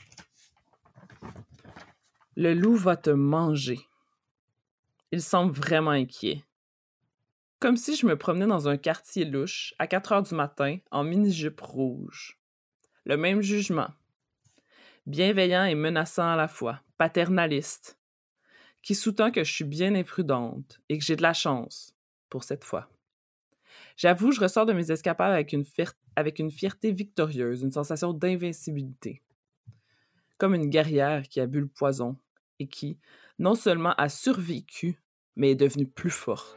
S1: Le loup va te manger. Il semble vraiment inquiet. Comme si je me promenais dans un quartier louche, à quatre heures du matin, en mini-jupe rouge. Le même jugement. Bienveillant et menaçant à la fois, paternaliste, qui sous-tend que je suis bien imprudente et que j'ai de la chance, pour cette fois. J'avoue, je ressors de mes escapades avec une, fier- avec une fierté victorieuse, une sensation d'invincibilité. Comme une guerrière qui a bu le poison et qui, non seulement a survécu, mais est devenue plus forte.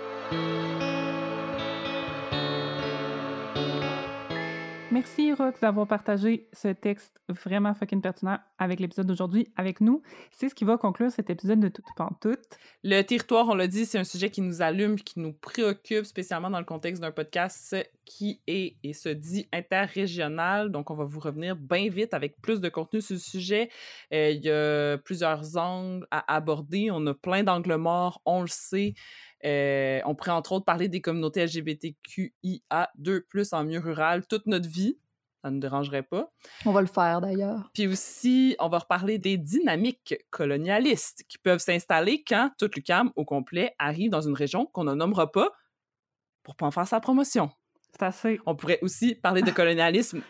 S2: Merci, Rox, d'avoir partagé ce texte vraiment fucking pertinent avec l'épisode d'aujourd'hui avec nous. C'est ce qui va conclure cet épisode de Tout Pantoute.
S1: Le territoire, on l'a dit, c'est un sujet qui nous allume, qui nous préoccupe, spécialement dans le contexte d'un podcast qui est et se dit interrégional. Donc, on va vous revenir bien vite avec plus de contenu sur le sujet. Euh, il y a plusieurs angles à aborder. On a plein d'angles morts, on le sait. Euh, on pourrait entre autres parler des communautés L G B T Q I A deux plus, en milieu rural toute notre vie. Ça ne nous dérangerait pas.
S4: On va le faire d'ailleurs.
S1: Puis aussi, on va reparler des dynamiques colonialistes qui peuvent s'installer quand toute l'U Q A M au complet arrive dans une région qu'on ne nommera pas pour pas en faire sa promotion.
S2: C'est assez.
S1: On pourrait aussi parler de colonialisme.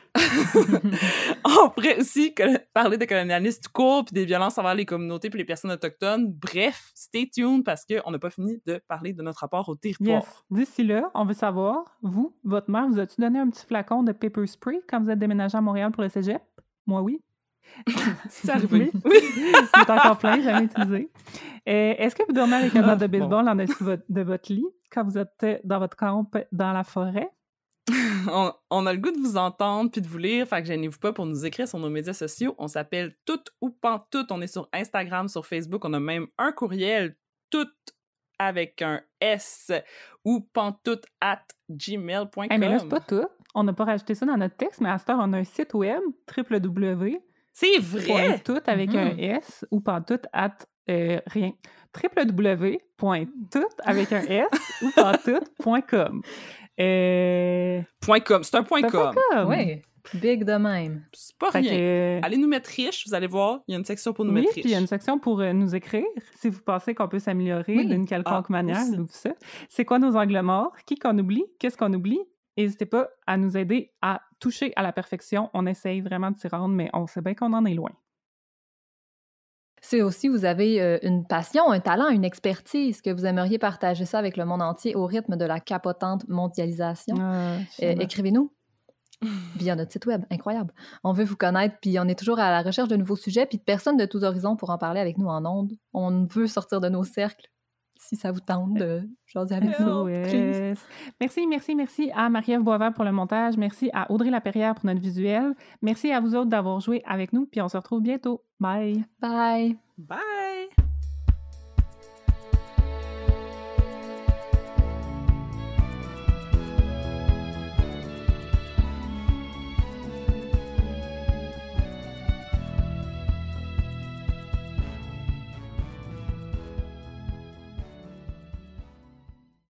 S1: On pourrait aussi col- parler de colonialisme tout court, puis des violences envers les communautés puis les personnes autochtones. Bref, stay tuned parce qu'on n'a pas fini de parler de notre rapport au territoire.
S2: Yes. D'ici là, on veut savoir, vous, votre mère, vous a-tu donné un petit flacon de pepper spray quand vous êtes déménagé à Montréal pour le cégep? Moi, oui.
S1: C'est arrivé.
S2: Oui. C'est encore plein, jamais utilisé. Euh, est-ce que vous dormez avec un bat de baseball
S1: bon.
S2: en dessous de votre, de votre lit quand vous êtes dans votre camp dans la forêt?
S1: on, on a le goût de vous entendre puis de vous lire, fait que gênez-vous pas pour nous écrire sur nos médias sociaux. On s'appelle Tout ou Pantoute. On est sur Instagram, sur Facebook. On a même un courriel, tout avec un S ou pantoute at gmail point com.
S2: Hey, mais là, c'est pas tout. On n'a pas rajouté ça dans notre texte, mais à cette heure, on a un site web, w w w
S1: C'est vrai!
S2: tout avec
S1: Mhm.
S2: un S ou pantoute at euh, rien. w w w point tout avec un S ou pantoute point com. Euh...
S1: Point com. C'est un point
S2: c'est un
S1: com.
S2: point com.
S4: Oui, big de même.
S1: C'est pas
S2: Fait
S1: rien.
S2: que,
S1: Allez nous mettre riches, vous allez voir, il y a une section pour nous
S2: oui,
S1: mettre
S2: puis
S1: riches.
S2: il y a une section pour euh, nous écrire si vous pensez qu'on peut s'améliorer
S4: Oui.
S2: d'une quelconque
S1: Ah,
S2: manière.
S1: aussi.
S2: Ou tout ça. C'est quoi nos angles morts? Qui qu'on oublie? Qu'est-ce qu'on oublie? N'hésitez pas à nous aider à toucher à la perfection. On essaye vraiment de s'y rendre, mais on sait bien qu'on en est loin.
S4: Si aussi vous avez euh, une passion, un talent, une expertise, que vous aimeriez partager ça avec le monde entier au rythme de la capotante mondialisation,
S2: Ah,
S4: euh,
S2: finalement.
S4: écrivez-nous. via notre site web. Incroyable. On veut vous connaître, puis on est toujours à la recherche de nouveaux sujets, puis de personnes de tous horizons pour en parler avec nous en ondes. On veut sortir de nos cercles, si ça vous tente de jaser avec nous.
S2: Yes. Merci, merci, merci à Marie-Ève Boisvert pour le montage. Merci à Audrey Lapérière pour notre visuel. Merci à vous autres d'avoir joué avec nous, puis on se retrouve bientôt. Bye!
S4: Bye!
S1: Bye!